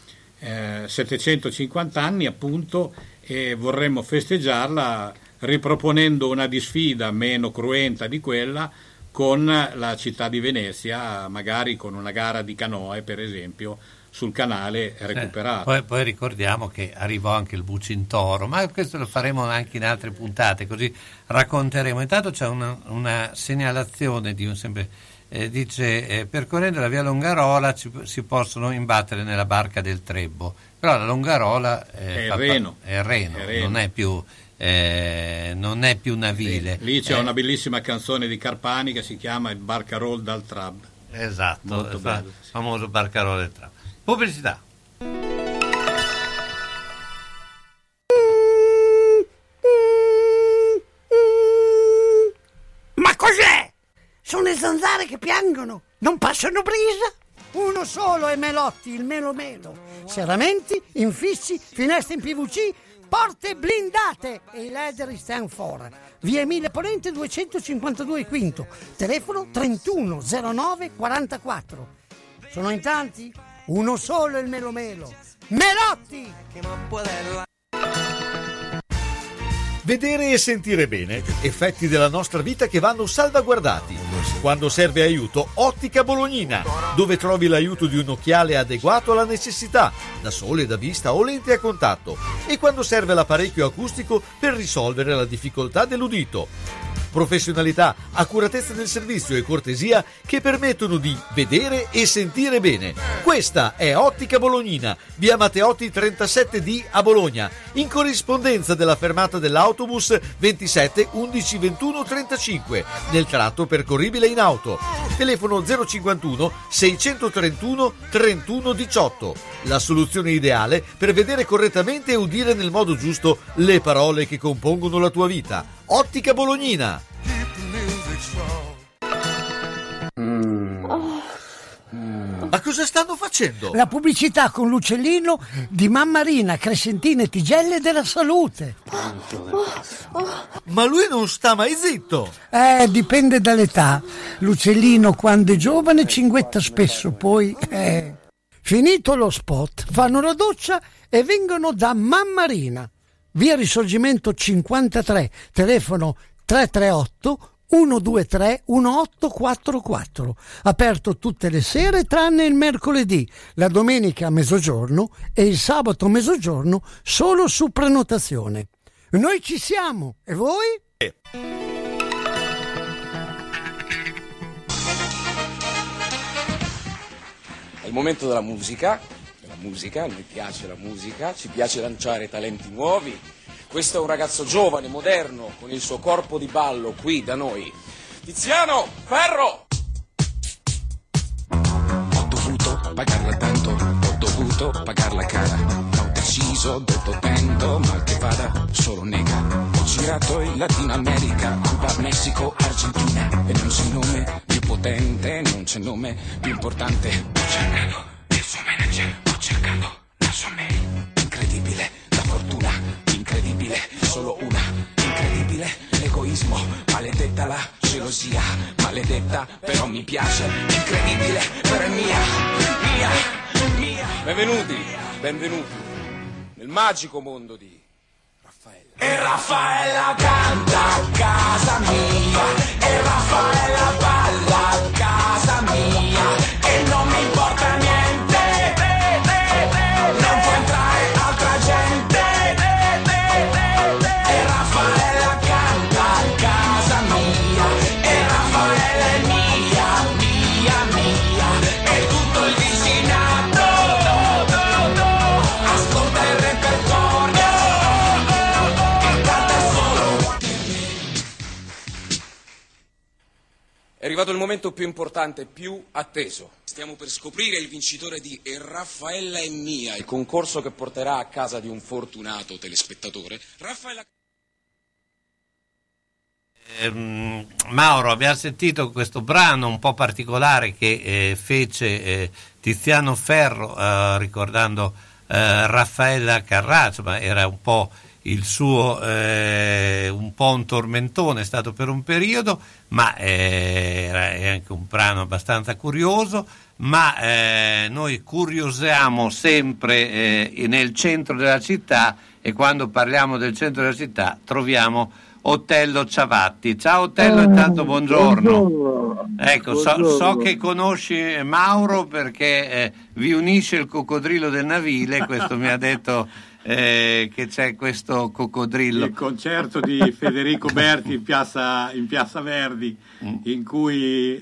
750 anni appunto, e vorremmo festeggiarla riproponendo una disfida meno cruenta di quella con la città di Venezia, magari con una gara di canoe, per esempio, sul canale recuperato. Poi ricordiamo che arrivò anche il Bucintoro, ma questo lo faremo anche in altre puntate, così racconteremo. Intanto c'è una segnalazione di un sempre dice percorrendo la via Longarola si possono imbattere nella barca del Trebbo, però la Longarola è Reno, non è più navile. Lì c'è una bellissima canzone di Carpani che si chiama Il Barcarol dal Trab. Esatto, il famoso Barcarol del Trab. Pubblicità. Ma cos'è? Sono le zanzare che piangono, non passano brisa. Uno solo è Melotti, il Melo Melo. Serramenti, infissi, finestre in PVC, porte blindate e i leder stand for. Via Emile Ponente 252 Quinto, telefono 3109 44. Sono in tanti? Uno solo è il Melo Melo. Melotti! Vedere e sentire bene, effetti della nostra vita che vanno salvaguardati. Quando serve aiuto, Ottica Bolognina, dove trovi l'aiuto di un occhiale adeguato alla necessità, da sole, da vista o lente a contatto, e quando serve l'apparecchio acustico per risolvere la difficoltà dell'udito. Professionalità, accuratezza del servizio e cortesia che permettono di vedere e sentire bene. Questa è Ottica Bolognina, via Matteotti 37D a Bologna, in corrispondenza della fermata dell'autobus 27 11 21 35, nel tratto percorribile in auto. Telefono 051 631 31 18. La soluzione ideale per vedere correttamente e udire nel modo giusto le parole che compongono la tua vita. Ottica Bolognina. Ma cosa stanno facendo? La pubblicità con l'uccellino di Mammarina, Crescentine e Tigelle della Salute. Ma lui non sta mai zitto. Dipende dall'età. L'uccellino quando è giovane cinguetta spesso, poi finito lo spot fanno la doccia e vengono da Mammarina. Via Risorgimento 53, telefono 338 123 1844. Aperto tutte le sere tranne il mercoledì, la domenica a mezzogiorno e il sabato a mezzogiorno solo su prenotazione. Noi ci siamo, e voi? È il momento della musica. A noi piace la musica, ci piace lanciare talenti nuovi. Questo è un ragazzo giovane, moderno, con il suo corpo di ballo qui da noi. Tiziano Ferro! Ho dovuto pagarla tanto, ho dovuto pagarla cara. Ho deciso, ho detto tento, mal che vada, solo nega. Ho girato in Latino America, Cuba, Messico, Argentina. E non c'è nome più potente, non c'è nome più importante. Ho cercato il suo manager, ho cercato la sua mail. Incredibile, la fortuna, incredibile, solo una, incredibile, l'egoismo, maledetta la gelosia, maledetta, però mi piace, incredibile, però è mia. Benvenuti nel magico mondo di Raffaella. E Raffaella canta a casa mia, e Raffaella balla a casa mia, e non mi importa niente, non può entrare altra gente. E Raffaella canta a casa mia, e Raffaella è mia, e tutto il vicinato ascolta il repertorio che canta solo. È arrivato il momento più importante, più atteso. Stiamo per scoprire il vincitore di E Raffaella è mia, il concorso che porterà a casa di un fortunato telespettatore. Raffaella... Mauro, abbiamo sentito questo brano un po' particolare che fece Tiziano Ferro ricordando Raffaella Carrà, ma era un po' il suo un po' un tormentone, è stato per un periodo, ma è anche un brano abbastanza curioso. Ma noi curiosiamo sempre nel centro della città, e quando parliamo del centro della città troviamo Otello Ciavatti. Ciao Otello, intanto buongiorno. Ecco, so che conosci Mauro perché vi unisce il coccodrillo del Navile, questo mi ha detto che c'è questo coccodrillo. Il concerto di Federico Berti in piazza Verdi, in cui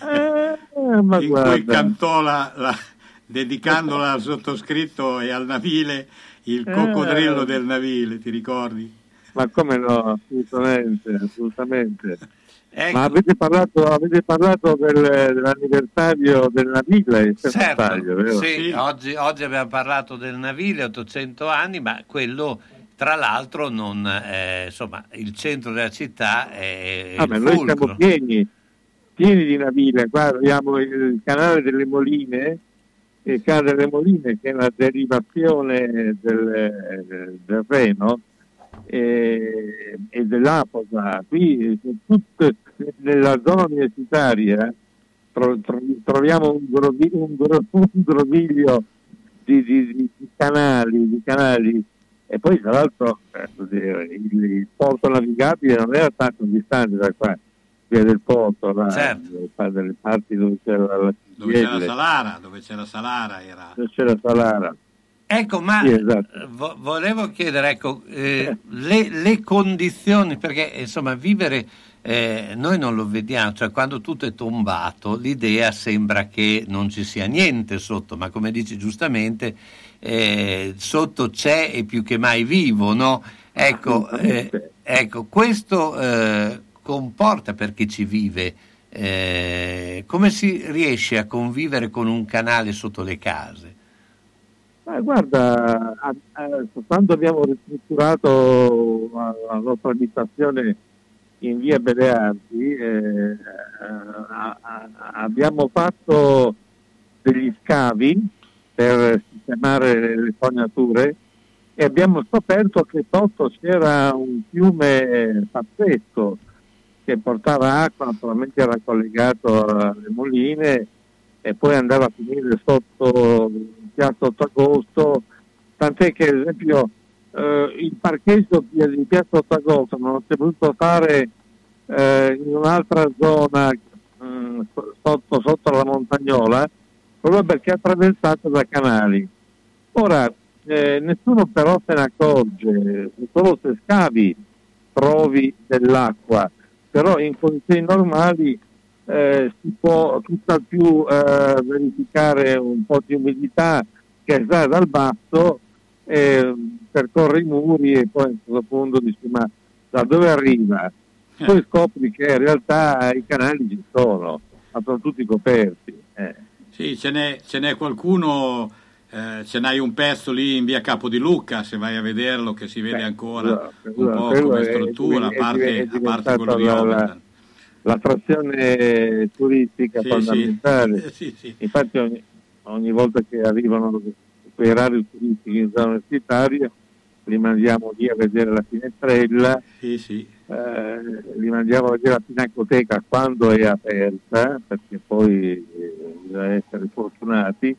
cantò dedicandola al sottoscritto e al Navile, il coccodrillo del Navile, ti ricordi? Ma come no, assolutamente. Ecco. Ma avete parlato dell'anniversario del Navile? Certo, vero? sì. Oggi abbiamo parlato del Navile, 800 anni, ma quello tra l'altro non, insomma, il centro della città è il noi fulcro. siamo pieni di Navile. Qua abbiamo il canale delle Moline, che è una derivazione del Reno e dell'Aposa. Qui nella zona universitaria troviamo un groviglio di canali, e poi tra l'altro il porto navigabile non era tanto distante da qua, via del porto, dalle parti dove c'era la Salara, dove c'era Salara. Ecco, ma sì, esatto. Volevo chiedere, ecco, le condizioni, perché insomma vivere, noi non lo vediamo, cioè quando tutto è tombato l'idea sembra che non ci sia niente sotto, ma come dici giustamente, sotto c'è e più che mai vivo, no? Ecco, questo comporta per chi ci vive, come si riesce a convivere con un canale sotto le case? Guarda, quando abbiamo ristrutturato la nostra abitazione in via Beleardi, abbiamo fatto degli scavi per sistemare le fognature e abbiamo scoperto che sotto c'era un fiume pazzesco che portava acqua, naturalmente era collegato alle moline e poi andava a finire sotto Piazza 8 Agosto, tant'è che ad esempio il parcheggio di Piazza 8 Agosto non ho potuto fare in un'altra zona sotto la Montagnola, proprio perché è attraversato da canali. Ora nessuno però se ne accorge, solo se scavi trovi dell'acqua, però in condizioni normali si può tutt'al più verificare un po' di umidità che sale dal basso, percorre i muri e poi a un certo punto dici ma da dove arriva? Poi scopri che in realtà i canali ci sono, ma sono tutti coperti. Sì, ce n'è qualcuno, ce n'hai un pezzo lì in via Capodiluca, se vai a vederlo, che si vede ancora un po' come struttura, a parte quello di Overton. L'attrazione turistica fondamentale. Sì. Infatti ogni volta che arrivano quei rari turisti in zona universitaria li mandiamo lì a vedere la finestrella, li mandiamo a vedere la pinacoteca quando è aperta, perché poi bisogna essere fortunati,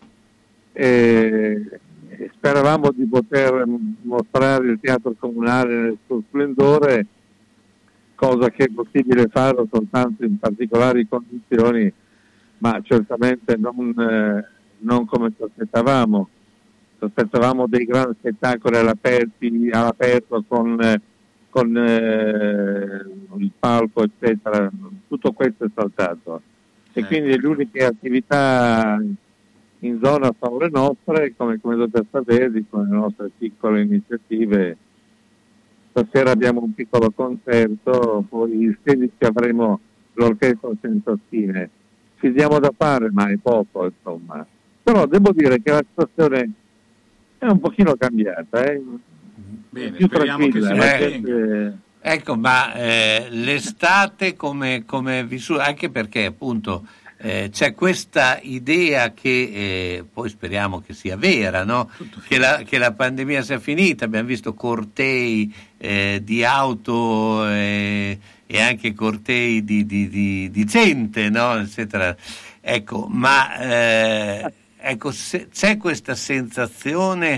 e speravamo di poter mostrare il teatro comunale nel suo splendore, cosa che è possibile fare soltanto in particolari condizioni, ma certamente non come ci aspettavamo. Ci aspettavamo dei grandi spettacoli all'aperto con il palco, eccetera. Tutto questo è saltato. E quindi le uniche attività in zona sono le nostre, come dottor Saverdi, con le nostre piccole iniziative. Stasera abbiamo un piccolo concerto, poi il 16 avremo l'orchestra senza fine. Ci diamo da fare, ma è poco, insomma. Però devo dire che la situazione è un pochino cambiata, Bene, più tranquilla. Ecco, ma l'estate come vissuta, anche perché appunto c'è questa idea che poi speriamo che sia vera, no? Che la pandemia sia finita. Abbiamo visto cortei di auto e anche cortei di gente, no? Eccetera. Ecco, ma c'è questa sensazione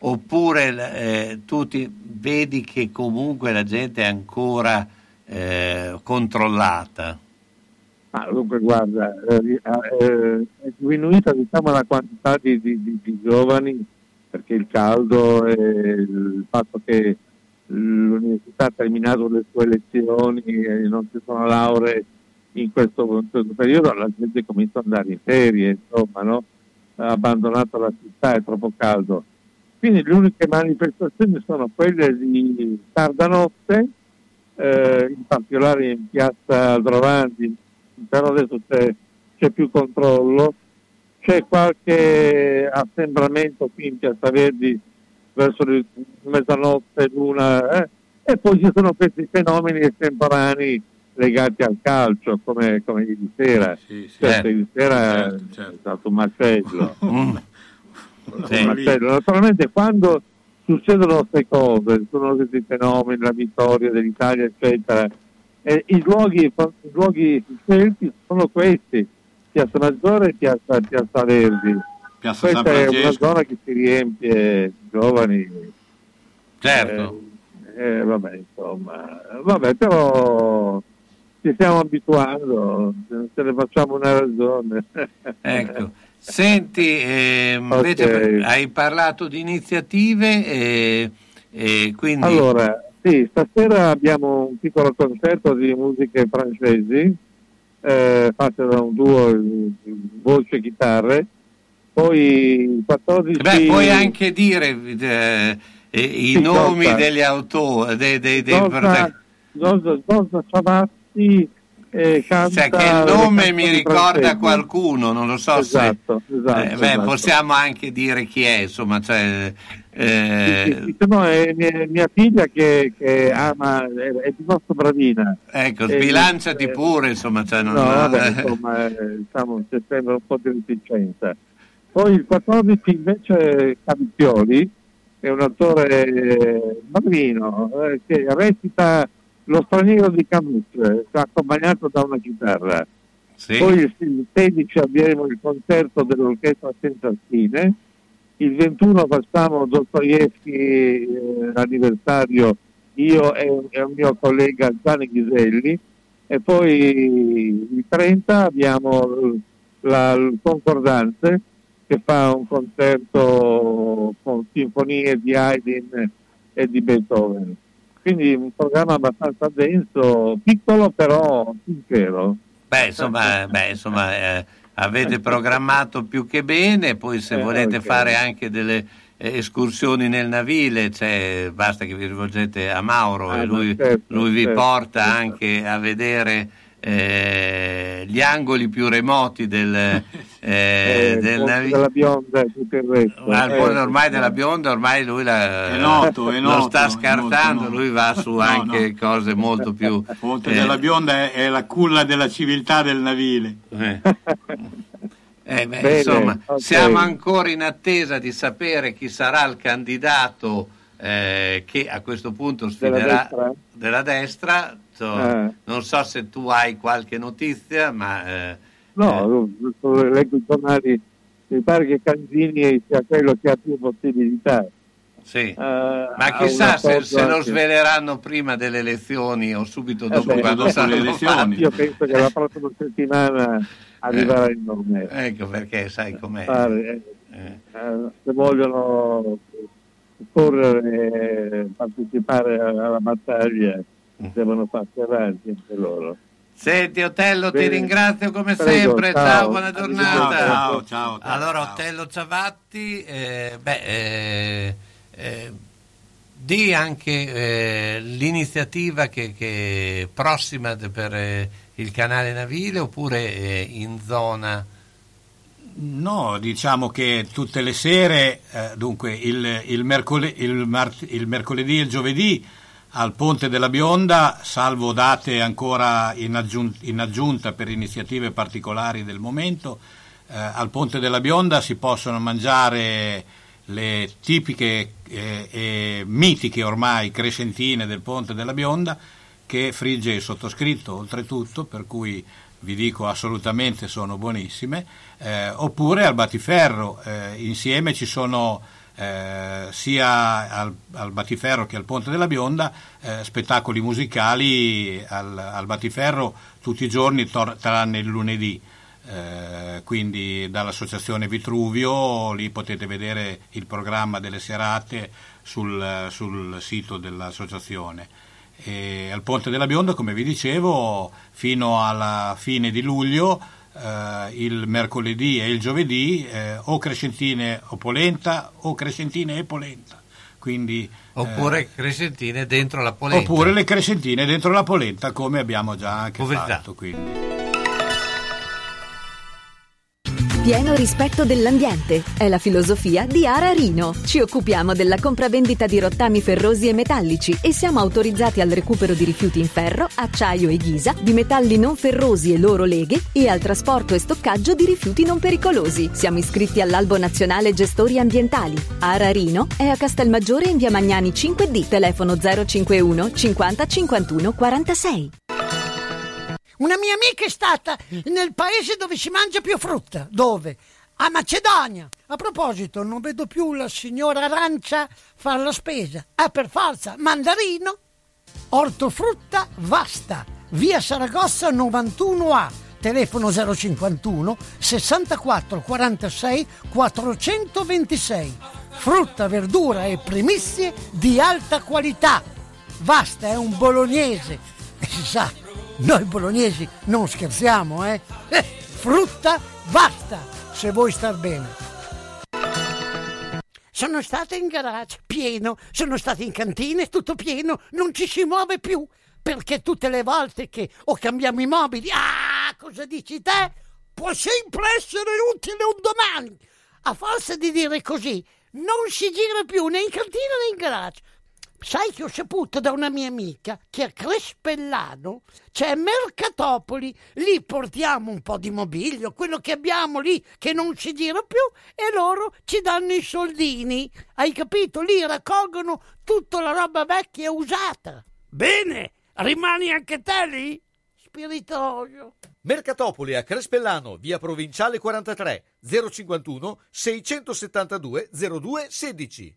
oppure vedi che comunque la gente è ancora controllata? Dunque guarda, è diminuita diciamo la quantità di giovani, perché il caldo e il fatto che l'università ha terminato le sue lezioni e non ci sono lauree in questo periodo, la gente comincia ad andare in ferie, insomma, no? Ha abbandonato la città, è troppo caldo. Quindi le uniche manifestazioni sono quelle di tarda notte, in particolare in piazza Aldrovandi, però adesso c'è più controllo, c'è qualche assembramento qui in piazza Verdi verso le mezzanotte, l'una, e poi ci sono questi fenomeni estemporanei legati al calcio, come ieri sera. Ieri sera è stato un macello. Naturalmente quando succedono queste cose, sono questi fenomeni, la vittoria dell'Italia eccetera, i luoghi scelti sono questi: Piazza Maggiore e Piazza Verdi. Questa è una zona che si riempie di giovani. Certo. Vabbè, però ci stiamo abituando, ce ne facciamo una ragione. Ecco. Senti, invece hai parlato di iniziative quindi... Allora, sì, stasera abbiamo un piccolo concerto di musiche francesi fatto da un duo voce e chitarre. Poi il 14... puoi anche dire i nomi degli autori, Giorgio Ciavatti canta, che il nome mi ricorda qualcuno, non lo so esatto. Possiamo anche dire chi è, insomma, cioè, no, è mia figlia che ama, è piuttosto bravina. Ecco, sbilanciati pure, insomma, cioè, diciamo, c'è sempre un po' di reticenza. Poi il 14 invece Cavicchioli, è un attore bambino che recita Lo straniero di Camus, accompagnato da una chitarra. Sì. Poi il 16 abbiamo il concerto dell'orchestra senza fine, il 21 facciamo Dostoevsky l'anniversario, io e un mio collega Gianni Ghiselli, e poi il 30 abbiamo il Concordanze, che fa un concerto con sinfonie di Haydn e di Beethoven. Quindi un programma abbastanza denso, piccolo però sincero. Avete programmato più che bene, poi se volete fare anche delle escursioni nel Navile, basta che vi rivolgete a Mauro e lui vi porta anche a vedere gli angoli più remoti del Navile, della Bionda e tutto il resto. Ormai della Bionda, ormai lui è noto, lo sta scartando, lui va su anche cose molto più... Ponte della Bionda è la culla della civiltà del Navile. Insomma, siamo ancora in attesa di sapere chi sarà il candidato che a questo punto sfiderà della destra. Non so se tu hai qualche notizia, ma leggo i giornali, mi pare che Canzini sia quello che ha più possibilità. Sì. Ma chissà se lo sveleranno prima delle elezioni o subito dopo, quando saranno le elezioni. Io penso che la prossima settimana arriverà il nome. Ecco perché sai com'è. Se vogliono correre, partecipare alla battaglia, devono farsi avanti anche loro. Senti Otello, ti ringrazio come sempre, ciao, buona giornata. Ciao. Allora Otello Ciavatti, di anche l'iniziativa che prossima per il canale Navile, oppure in zona? No, diciamo che tutte le sere, dunque il mercoledì e il giovedì al Ponte della Bionda, salvo date ancora in aggiunta per iniziative particolari del momento, al Ponte della Bionda si possono mangiare le tipiche e mitiche ormai crescentine del Ponte della Bionda, che frigge il sottoscritto oltretutto, per cui vi dico assolutamente sono buonissime, oppure al Battiferro, insieme ci sono sia al Battiferro che al Ponte della Bionda, spettacoli musicali al Battiferro tutti i giorni tranne il lunedì. Quindi dall'associazione Vitruvio lì potete vedere il programma delle serate sul sito dell'associazione. E al Ponte della Bionda, come vi dicevo, fino alla fine di luglio, il mercoledì e il giovedì, o crescentine o polenta o crescentine e polenta. Quindi, oppure crescentine dentro la polenta. Oppure le crescentine dentro la polenta, come abbiamo già anche fatto. Quindi. Pieno rispetto dell'ambiente è la filosofia di Ara Rino. Ci occupiamo della compravendita di rottami ferrosi e metallici e siamo autorizzati al recupero di rifiuti in ferro, acciaio e ghisa, di metalli non ferrosi e loro leghe e al trasporto e stoccaggio di rifiuti non pericolosi. Siamo iscritti all'Albo Nazionale Gestori Ambientali. Ara Rino è a Castelmaggiore in via Magnani 5D, telefono 051 50 51 46. Una mia amica è stata nel paese dove si mangia più frutta. Dove? A Macedonia. A proposito, non vedo più la signora Arancia fare la spesa. Per forza, mandarino. Ortofrutta Vasta, via Saragozza 91A, telefono 051 64 46 426. Frutta, verdura e primizie di alta qualità. Vasta è un bolognese. E si sa, noi bolognesi non scherziamo, frutta Vasta, se vuoi star bene. Sono stata in garage, pieno, sono stata in cantina, tutto pieno, non ci si muove più, perché tutte le volte che o cambiamo i mobili, cosa dici te? Può sempre essere utile un domani. A forza di dire così, non si gira più né in cantina né in garage. Sai che ho saputo da una mia amica che a Crespellano c'è Mercatopoli, lì portiamo un po' di mobilio, quello che abbiamo lì che non si gira più, e loro ci danno i soldini, hai capito? Lì raccolgono tutta la roba vecchia e usata. Bene, rimani anche te lì? Spiritoso. Mercatopoli a Crespellano, via Provinciale 43, 051 672 02 16.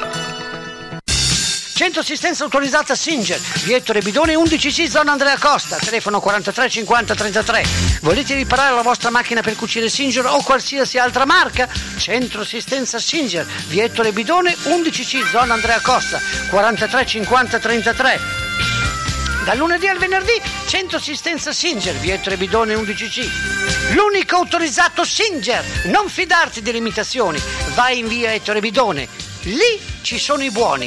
Centro assistenza autorizzata Singer, via Ettore Bidone 11C, zona Andrea Costa, telefono 43 50 33. Volete riparare la vostra macchina per cucire Singer o qualsiasi altra marca? Centro assistenza Singer, via Ettore Bidone 11C, zona Andrea Costa, 43 50 33. Dal lunedì al venerdì, centro assistenza Singer, via Ettore Bidone 11C. L'unico autorizzato Singer, non fidarti delle imitazioni. Vai in via Ettore Bidone, lì ci sono i buoni.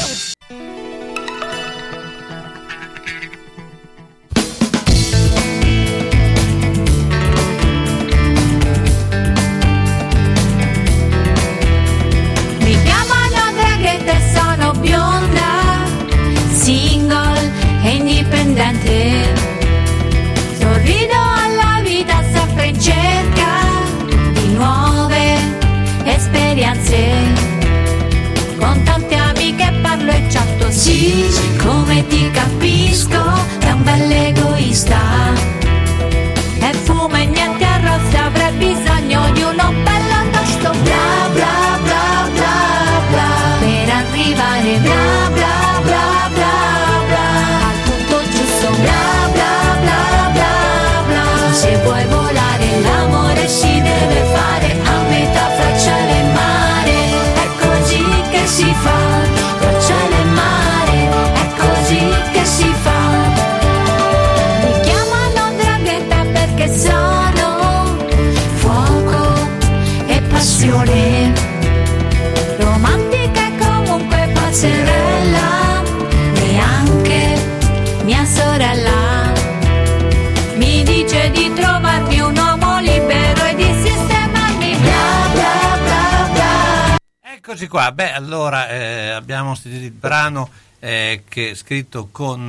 Mi chiamano Draghetta e sono bionda, single e indipendente. Sorrido alla vita sempre in cerca di nuove esperienze. Con tante amiche parlo e chatto, sì, come ti capisco, è un bell'egoista. E fumo e niente arrosto, avrei bisogno di uno bello tosto. Bla bla bla bla bla, per arrivare bla bla bla bla bla, al punto giusto. Bla bla bla bla bla, se vuoi volare l'amore si deve fare a metà fra cielo e mare. È così che si fa, tra cielo e mare, è così che si fa. Mi chiamano Draghetta perché sono fuoco e passione, romantica e comunque pazzerella, neanche mia sorella mi dice di trovarmi un uomo libero e di sistemarmi bla bla bla bla. Eccoci qua, allora abbiamo sentito il brano che è scritto con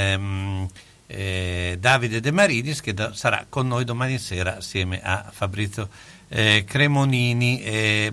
Davide De Marinis, che sarà con noi domani sera assieme a Fabrizio Cremonini.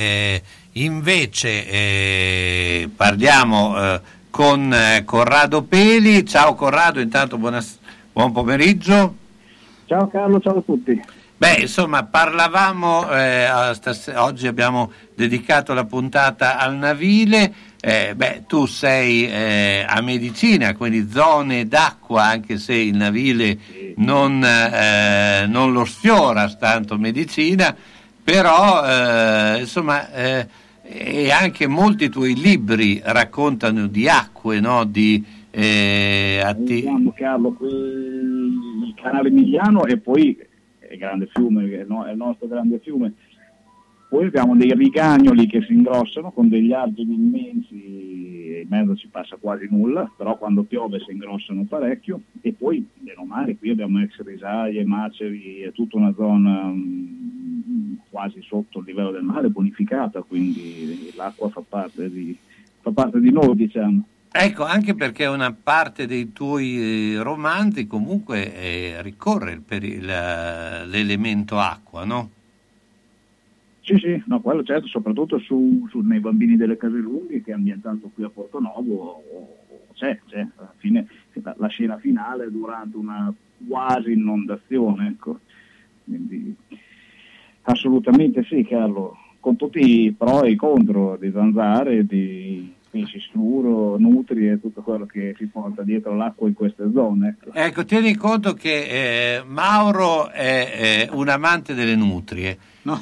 Invece parliamo con Corrado Peli. Ciao Corrado, intanto buon pomeriggio. Ciao Carlo, ciao a tutti. Beh, insomma, parlavamo, oggi abbiamo dedicato la puntata al navile. Tu sei a Medicina, quindi zone d'acqua, anche se il navile non lo sfiora tanto Medicina, però insomma, e anche molti tuoi libri raccontano di acque, no? Abbiamo, Carlo, qui il canale Emiliano e poi il grande fiume, è il nostro grande fiume. Poi abbiamo dei rigagnoli che si ingrossano con degli argini immensi, in mezzo ci passa quasi nulla, però quando piove si ingrossano parecchio. E poi meno male, qui abbiamo ex risaie, maceri, è tutta una zona quasi sotto il livello del mare, bonificata, quindi l'acqua fa parte di noi, diciamo. Ecco, anche perché una parte dei tuoi romanzi comunque ricorre per l'elemento acqua, no? Sì, no, quello certo, soprattutto nei Bambini delle Caselunghe, che è ambientato qui a Portonovo, c'è alla fine la scena finale durante una quasi inondazione, ecco. Quindi assolutamente sì, Carlo, con tutti i pro e i contro di zanzare, di pesci scuro, nutrie e tutto quello che si porta dietro l'acqua in queste zone. Ecco, tieni conto che Mauro è un amante delle nutrie.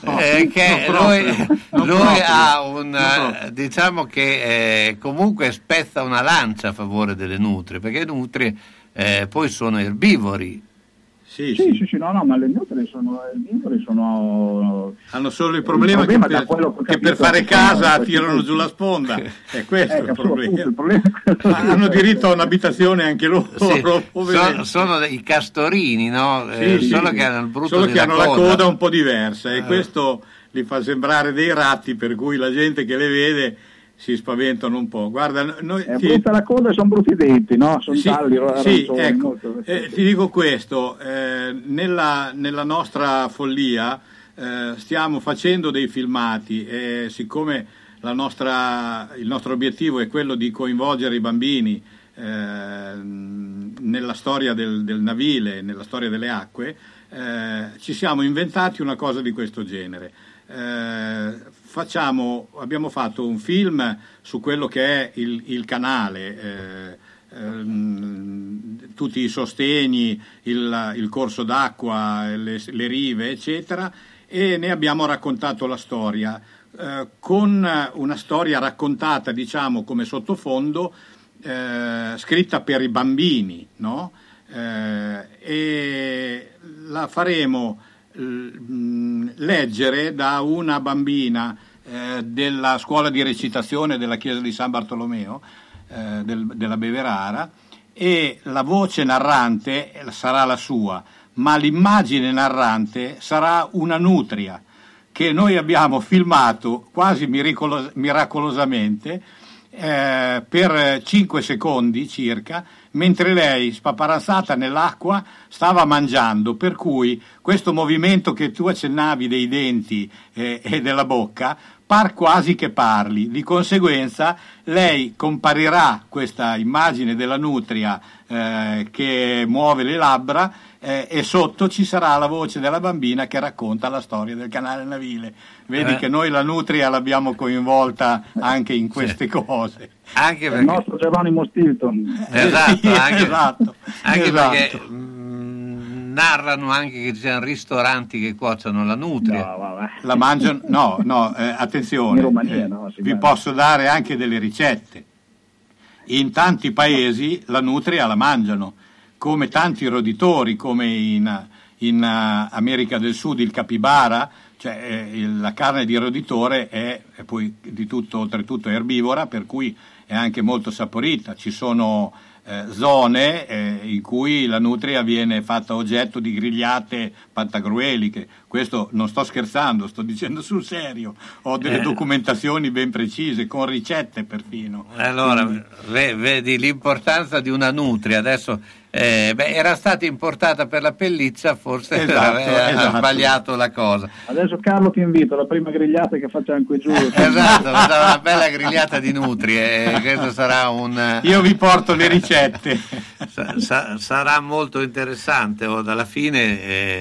Lui ha diciamo che comunque spezza una lancia a favore delle nutrie, perché le nutrie poi sono erbivori. Sì, no, ma le nutrie sono erbivori, hanno solo il problema che per fare casa tirano giù la sponda, è questo il problema. Hanno diritto a un'abitazione anche loro. Sono i castorini, no? Solo che hanno il brutto solo che hanno coda. La coda un po' diversa e questo li fa sembrare dei ratti, per cui la gente che le vede si spaventano un po'. Guarda, è brutta la coda e sono brutti i denti, no? Sono talli, ecco. Ti dico questo, nella nostra follia stiamo facendo dei filmati e siccome il nostro obiettivo è quello di coinvolgere i bambini nella storia del navile, nella storia delle acque, ci siamo inventati una cosa di questo genere. Abbiamo fatto un film su quello che è il canale, tutti i sostegni, il corso d'acqua, le rive, eccetera, e ne abbiamo raccontato la storia, con una storia raccontata, diciamo, come sottofondo, scritta per i bambini, no? E la faremo leggere da una bambina della scuola di recitazione della chiesa di San Bartolomeo della Beverara, e la voce narrante sarà la sua, ma l'immagine narrante sarà una nutria che noi abbiamo filmato quasi miracolosamente per 5 secondi circa, mentre lei, spaparanzata nell'acqua, stava mangiando, per cui questo movimento che tu accennavi dei denti e della bocca par quasi che parli. Di conseguenza lei comparirà questa immagine della nutria che muove le labbra e sotto ci sarà la voce della bambina che racconta la storia del canale navile. Vedi che noi la nutria l'abbiamo coinvolta anche in queste cose. Anche perché... il nostro Geronimo Stilton. Esatto. Perché narrano anche che ci siano ristoranti che cuociono la nutria. La mangiano? No, attenzione, in Romania, vi posso dare anche delle ricette. In tanti paesi la nutria la mangiano, come tanti roditori, come in America del Sud il capibara, cioè la carne di roditore è poi di tutto, oltretutto è erbivora, per cui è anche molto saporita. Ci sono zone in cui la nutria viene fatta oggetto di grigliate pantagrueliche. Questo non sto scherzando, sto dicendo sul serio. Ho delle documentazioni ben precise, con ricette perfino. Allora, vedi l'importanza di una nutria. Adesso era stata importata per la pelliccia, forse ha sbagliato la cosa. Adesso Carlo ti invito alla prima grigliata che facciamo qui giù. Esatto, sarà una bella grigliata di nutrie. Questo sarà Io vi porto le ricette. Sarà molto interessante. Alla fine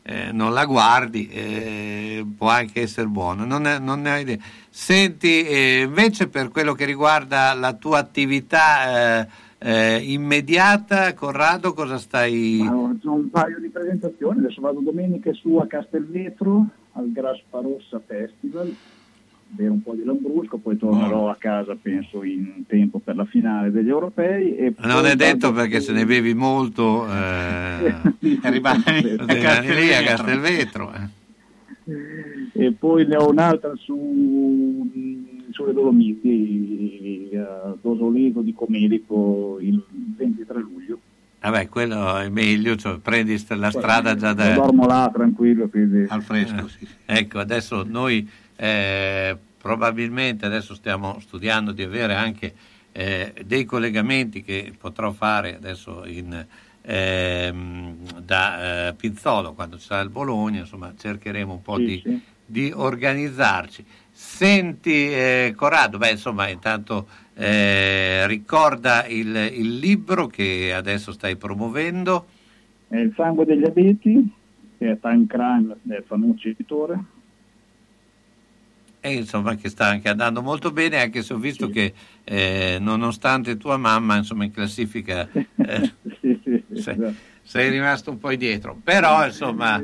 non la guardi, può anche essere buono, non ne ho idea. Senti, invece per quello che riguarda la tua attività immediata, Corrado, cosa stai... Ho un paio di presentazioni, adesso vado domenica su a Castelvetro al Grasparossa Festival, bere un po' di lambrusco, poi tornerò a casa penso in tempo per la finale degli europei. E non è detto perché se ne bevi molto rimani lì a Castelvetro. E poi ne ho un'altra sulle Dolomiti, a Dosoleto di Comelico il 23 luglio. Vabbè, quello è meglio, cioè prendi la strada già da... Dormo là tranquillo, quindi... al fresco. Sì. Ecco, adesso noi probabilmente adesso stiamo studiando di avere anche dei collegamenti che potrò fare adesso da Pizzolo quando ci sarà il Bologna, insomma cercheremo un po' di organizzarci. Senti Corrado, insomma intanto ricorda il libro che adesso stai promuovendo. È Il sangue degli abeti, che è Time Crime del Fanucci editore. E insomma che sta anche andando molto bene, anche se ho visto che nonostante tua mamma insomma in classifica sei rimasto un po' indietro, però insomma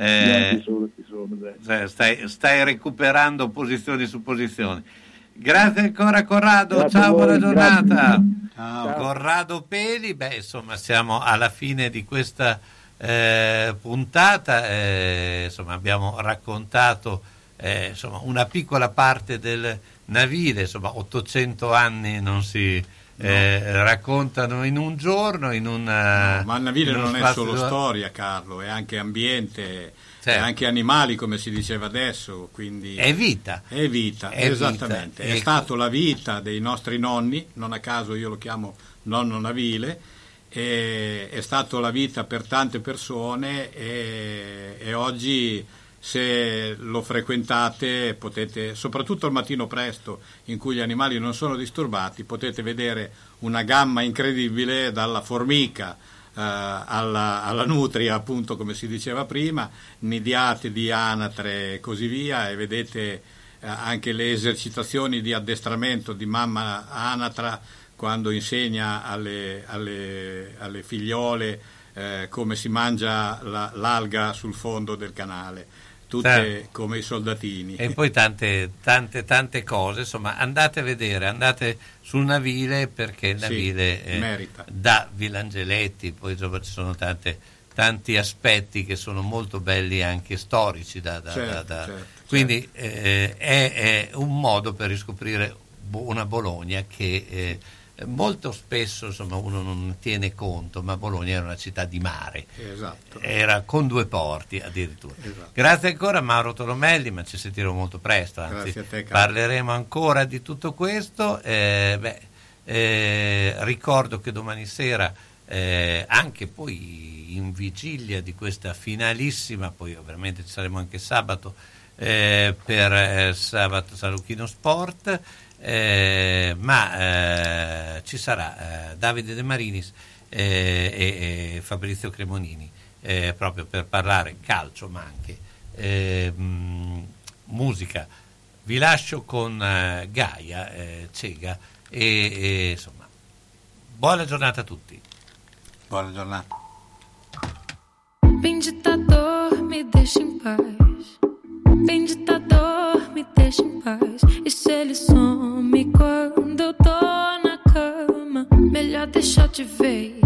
stai recuperando posizioni su posizioni. Grazie ancora Corrado, grazie, ciao, buona giornata. Ciao. Corrado Peli, insomma siamo alla fine di questa puntata, insomma abbiamo raccontato insomma una piccola parte del Navile, insomma 800 anni non si raccontano in un giorno, ma il Navile non è solo storia, Carlo, è anche ambiente, è anche animali, come si diceva adesso, quindi è vita, esattamente, è stato la vita dei nostri nonni, non a caso io lo chiamo nonno Navile, è stato la vita per tante persone e oggi se lo frequentate potete, soprattutto al mattino presto in cui gli animali non sono disturbati, potete vedere una gamma incredibile dalla formica alla nutria, appunto come si diceva prima, nidiate di anatre e così via, e vedete anche le esercitazioni di addestramento di mamma anatra quando insegna alle figliole come si mangia l'alga sul fondo del canale, tutte come i soldatini. E poi tante cose, insomma andate a vedere, andate sul Navile, perché il Navile merita. Da Villangeletti, poi insomma ci sono tanti aspetti che sono molto belli anche storici quindi è un modo per riscoprire una Bologna che molto spesso insomma uno non tiene conto, ma Bologna era una città di mare, era con 2 porti addirittura. Grazie ancora Mauro Tolomelli, ma ci sentiremo molto presto, anzi grazie a te, parleremo ancora di tutto questo. Ricordo che domani sera anche poi in vigilia di questa finalissima, poi ovviamente ci saremo anche sabato per Sabato San Lucchino Sport, ma ci sarà Davide De Marinis e Fabrizio Cremonini proprio per parlare calcio, ma anche musica. Vi lascio con Gaia Cega e insomma buona giornata a tutti. Buona giornata. Bem ditador, me deixa em paz. Bem ditador, me deixa em paz. E se ele some quando eu tô na cama, melhor deixar de vez.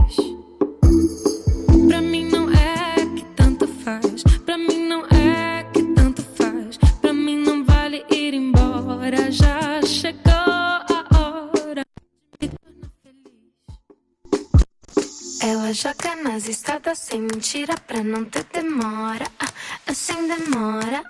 Pra mim não é que tanto faz. Pra mim não é que tanto faz. Pra mim não vale ir embora. Já chegou a hora de me tornar feliz. Ela joga nas estradas sem mentira pra não ter demora. Sem demora.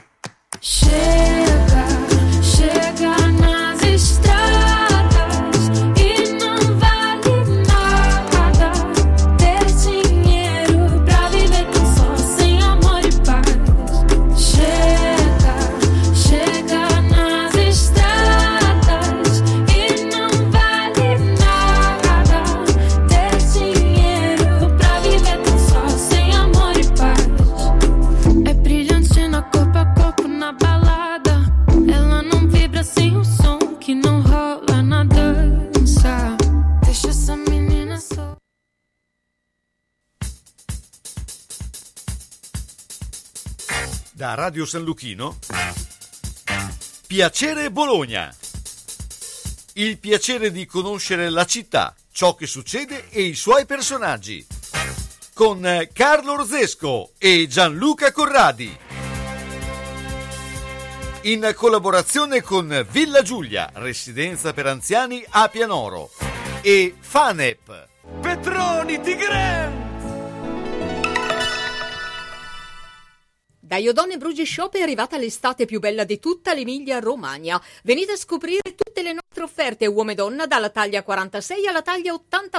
Chega, chega nas estradas e não vale nada ter dinheiro pra viver tão só, sem amor e paz. Chega, chega nas estradas e não vale nada ter dinheiro pra viver tão só, sem amor e paz. Da Radio San Luchino, Piacere Bologna. Il piacere di conoscere la città, ciò che succede e i suoi personaggi. Con Carlo Orzesco e Gianluca Corradi. In collaborazione con Villa Giulia, residenza per anziani a Pianoro. E Fanep. Petroni Tigre! Da Iodone Brugi Shop è arrivata l'estate più bella di tutta l'Emilia-Romagna. Venite a scoprire tutte le nostre offerte uomo e donna dalla taglia 46 alla taglia 84.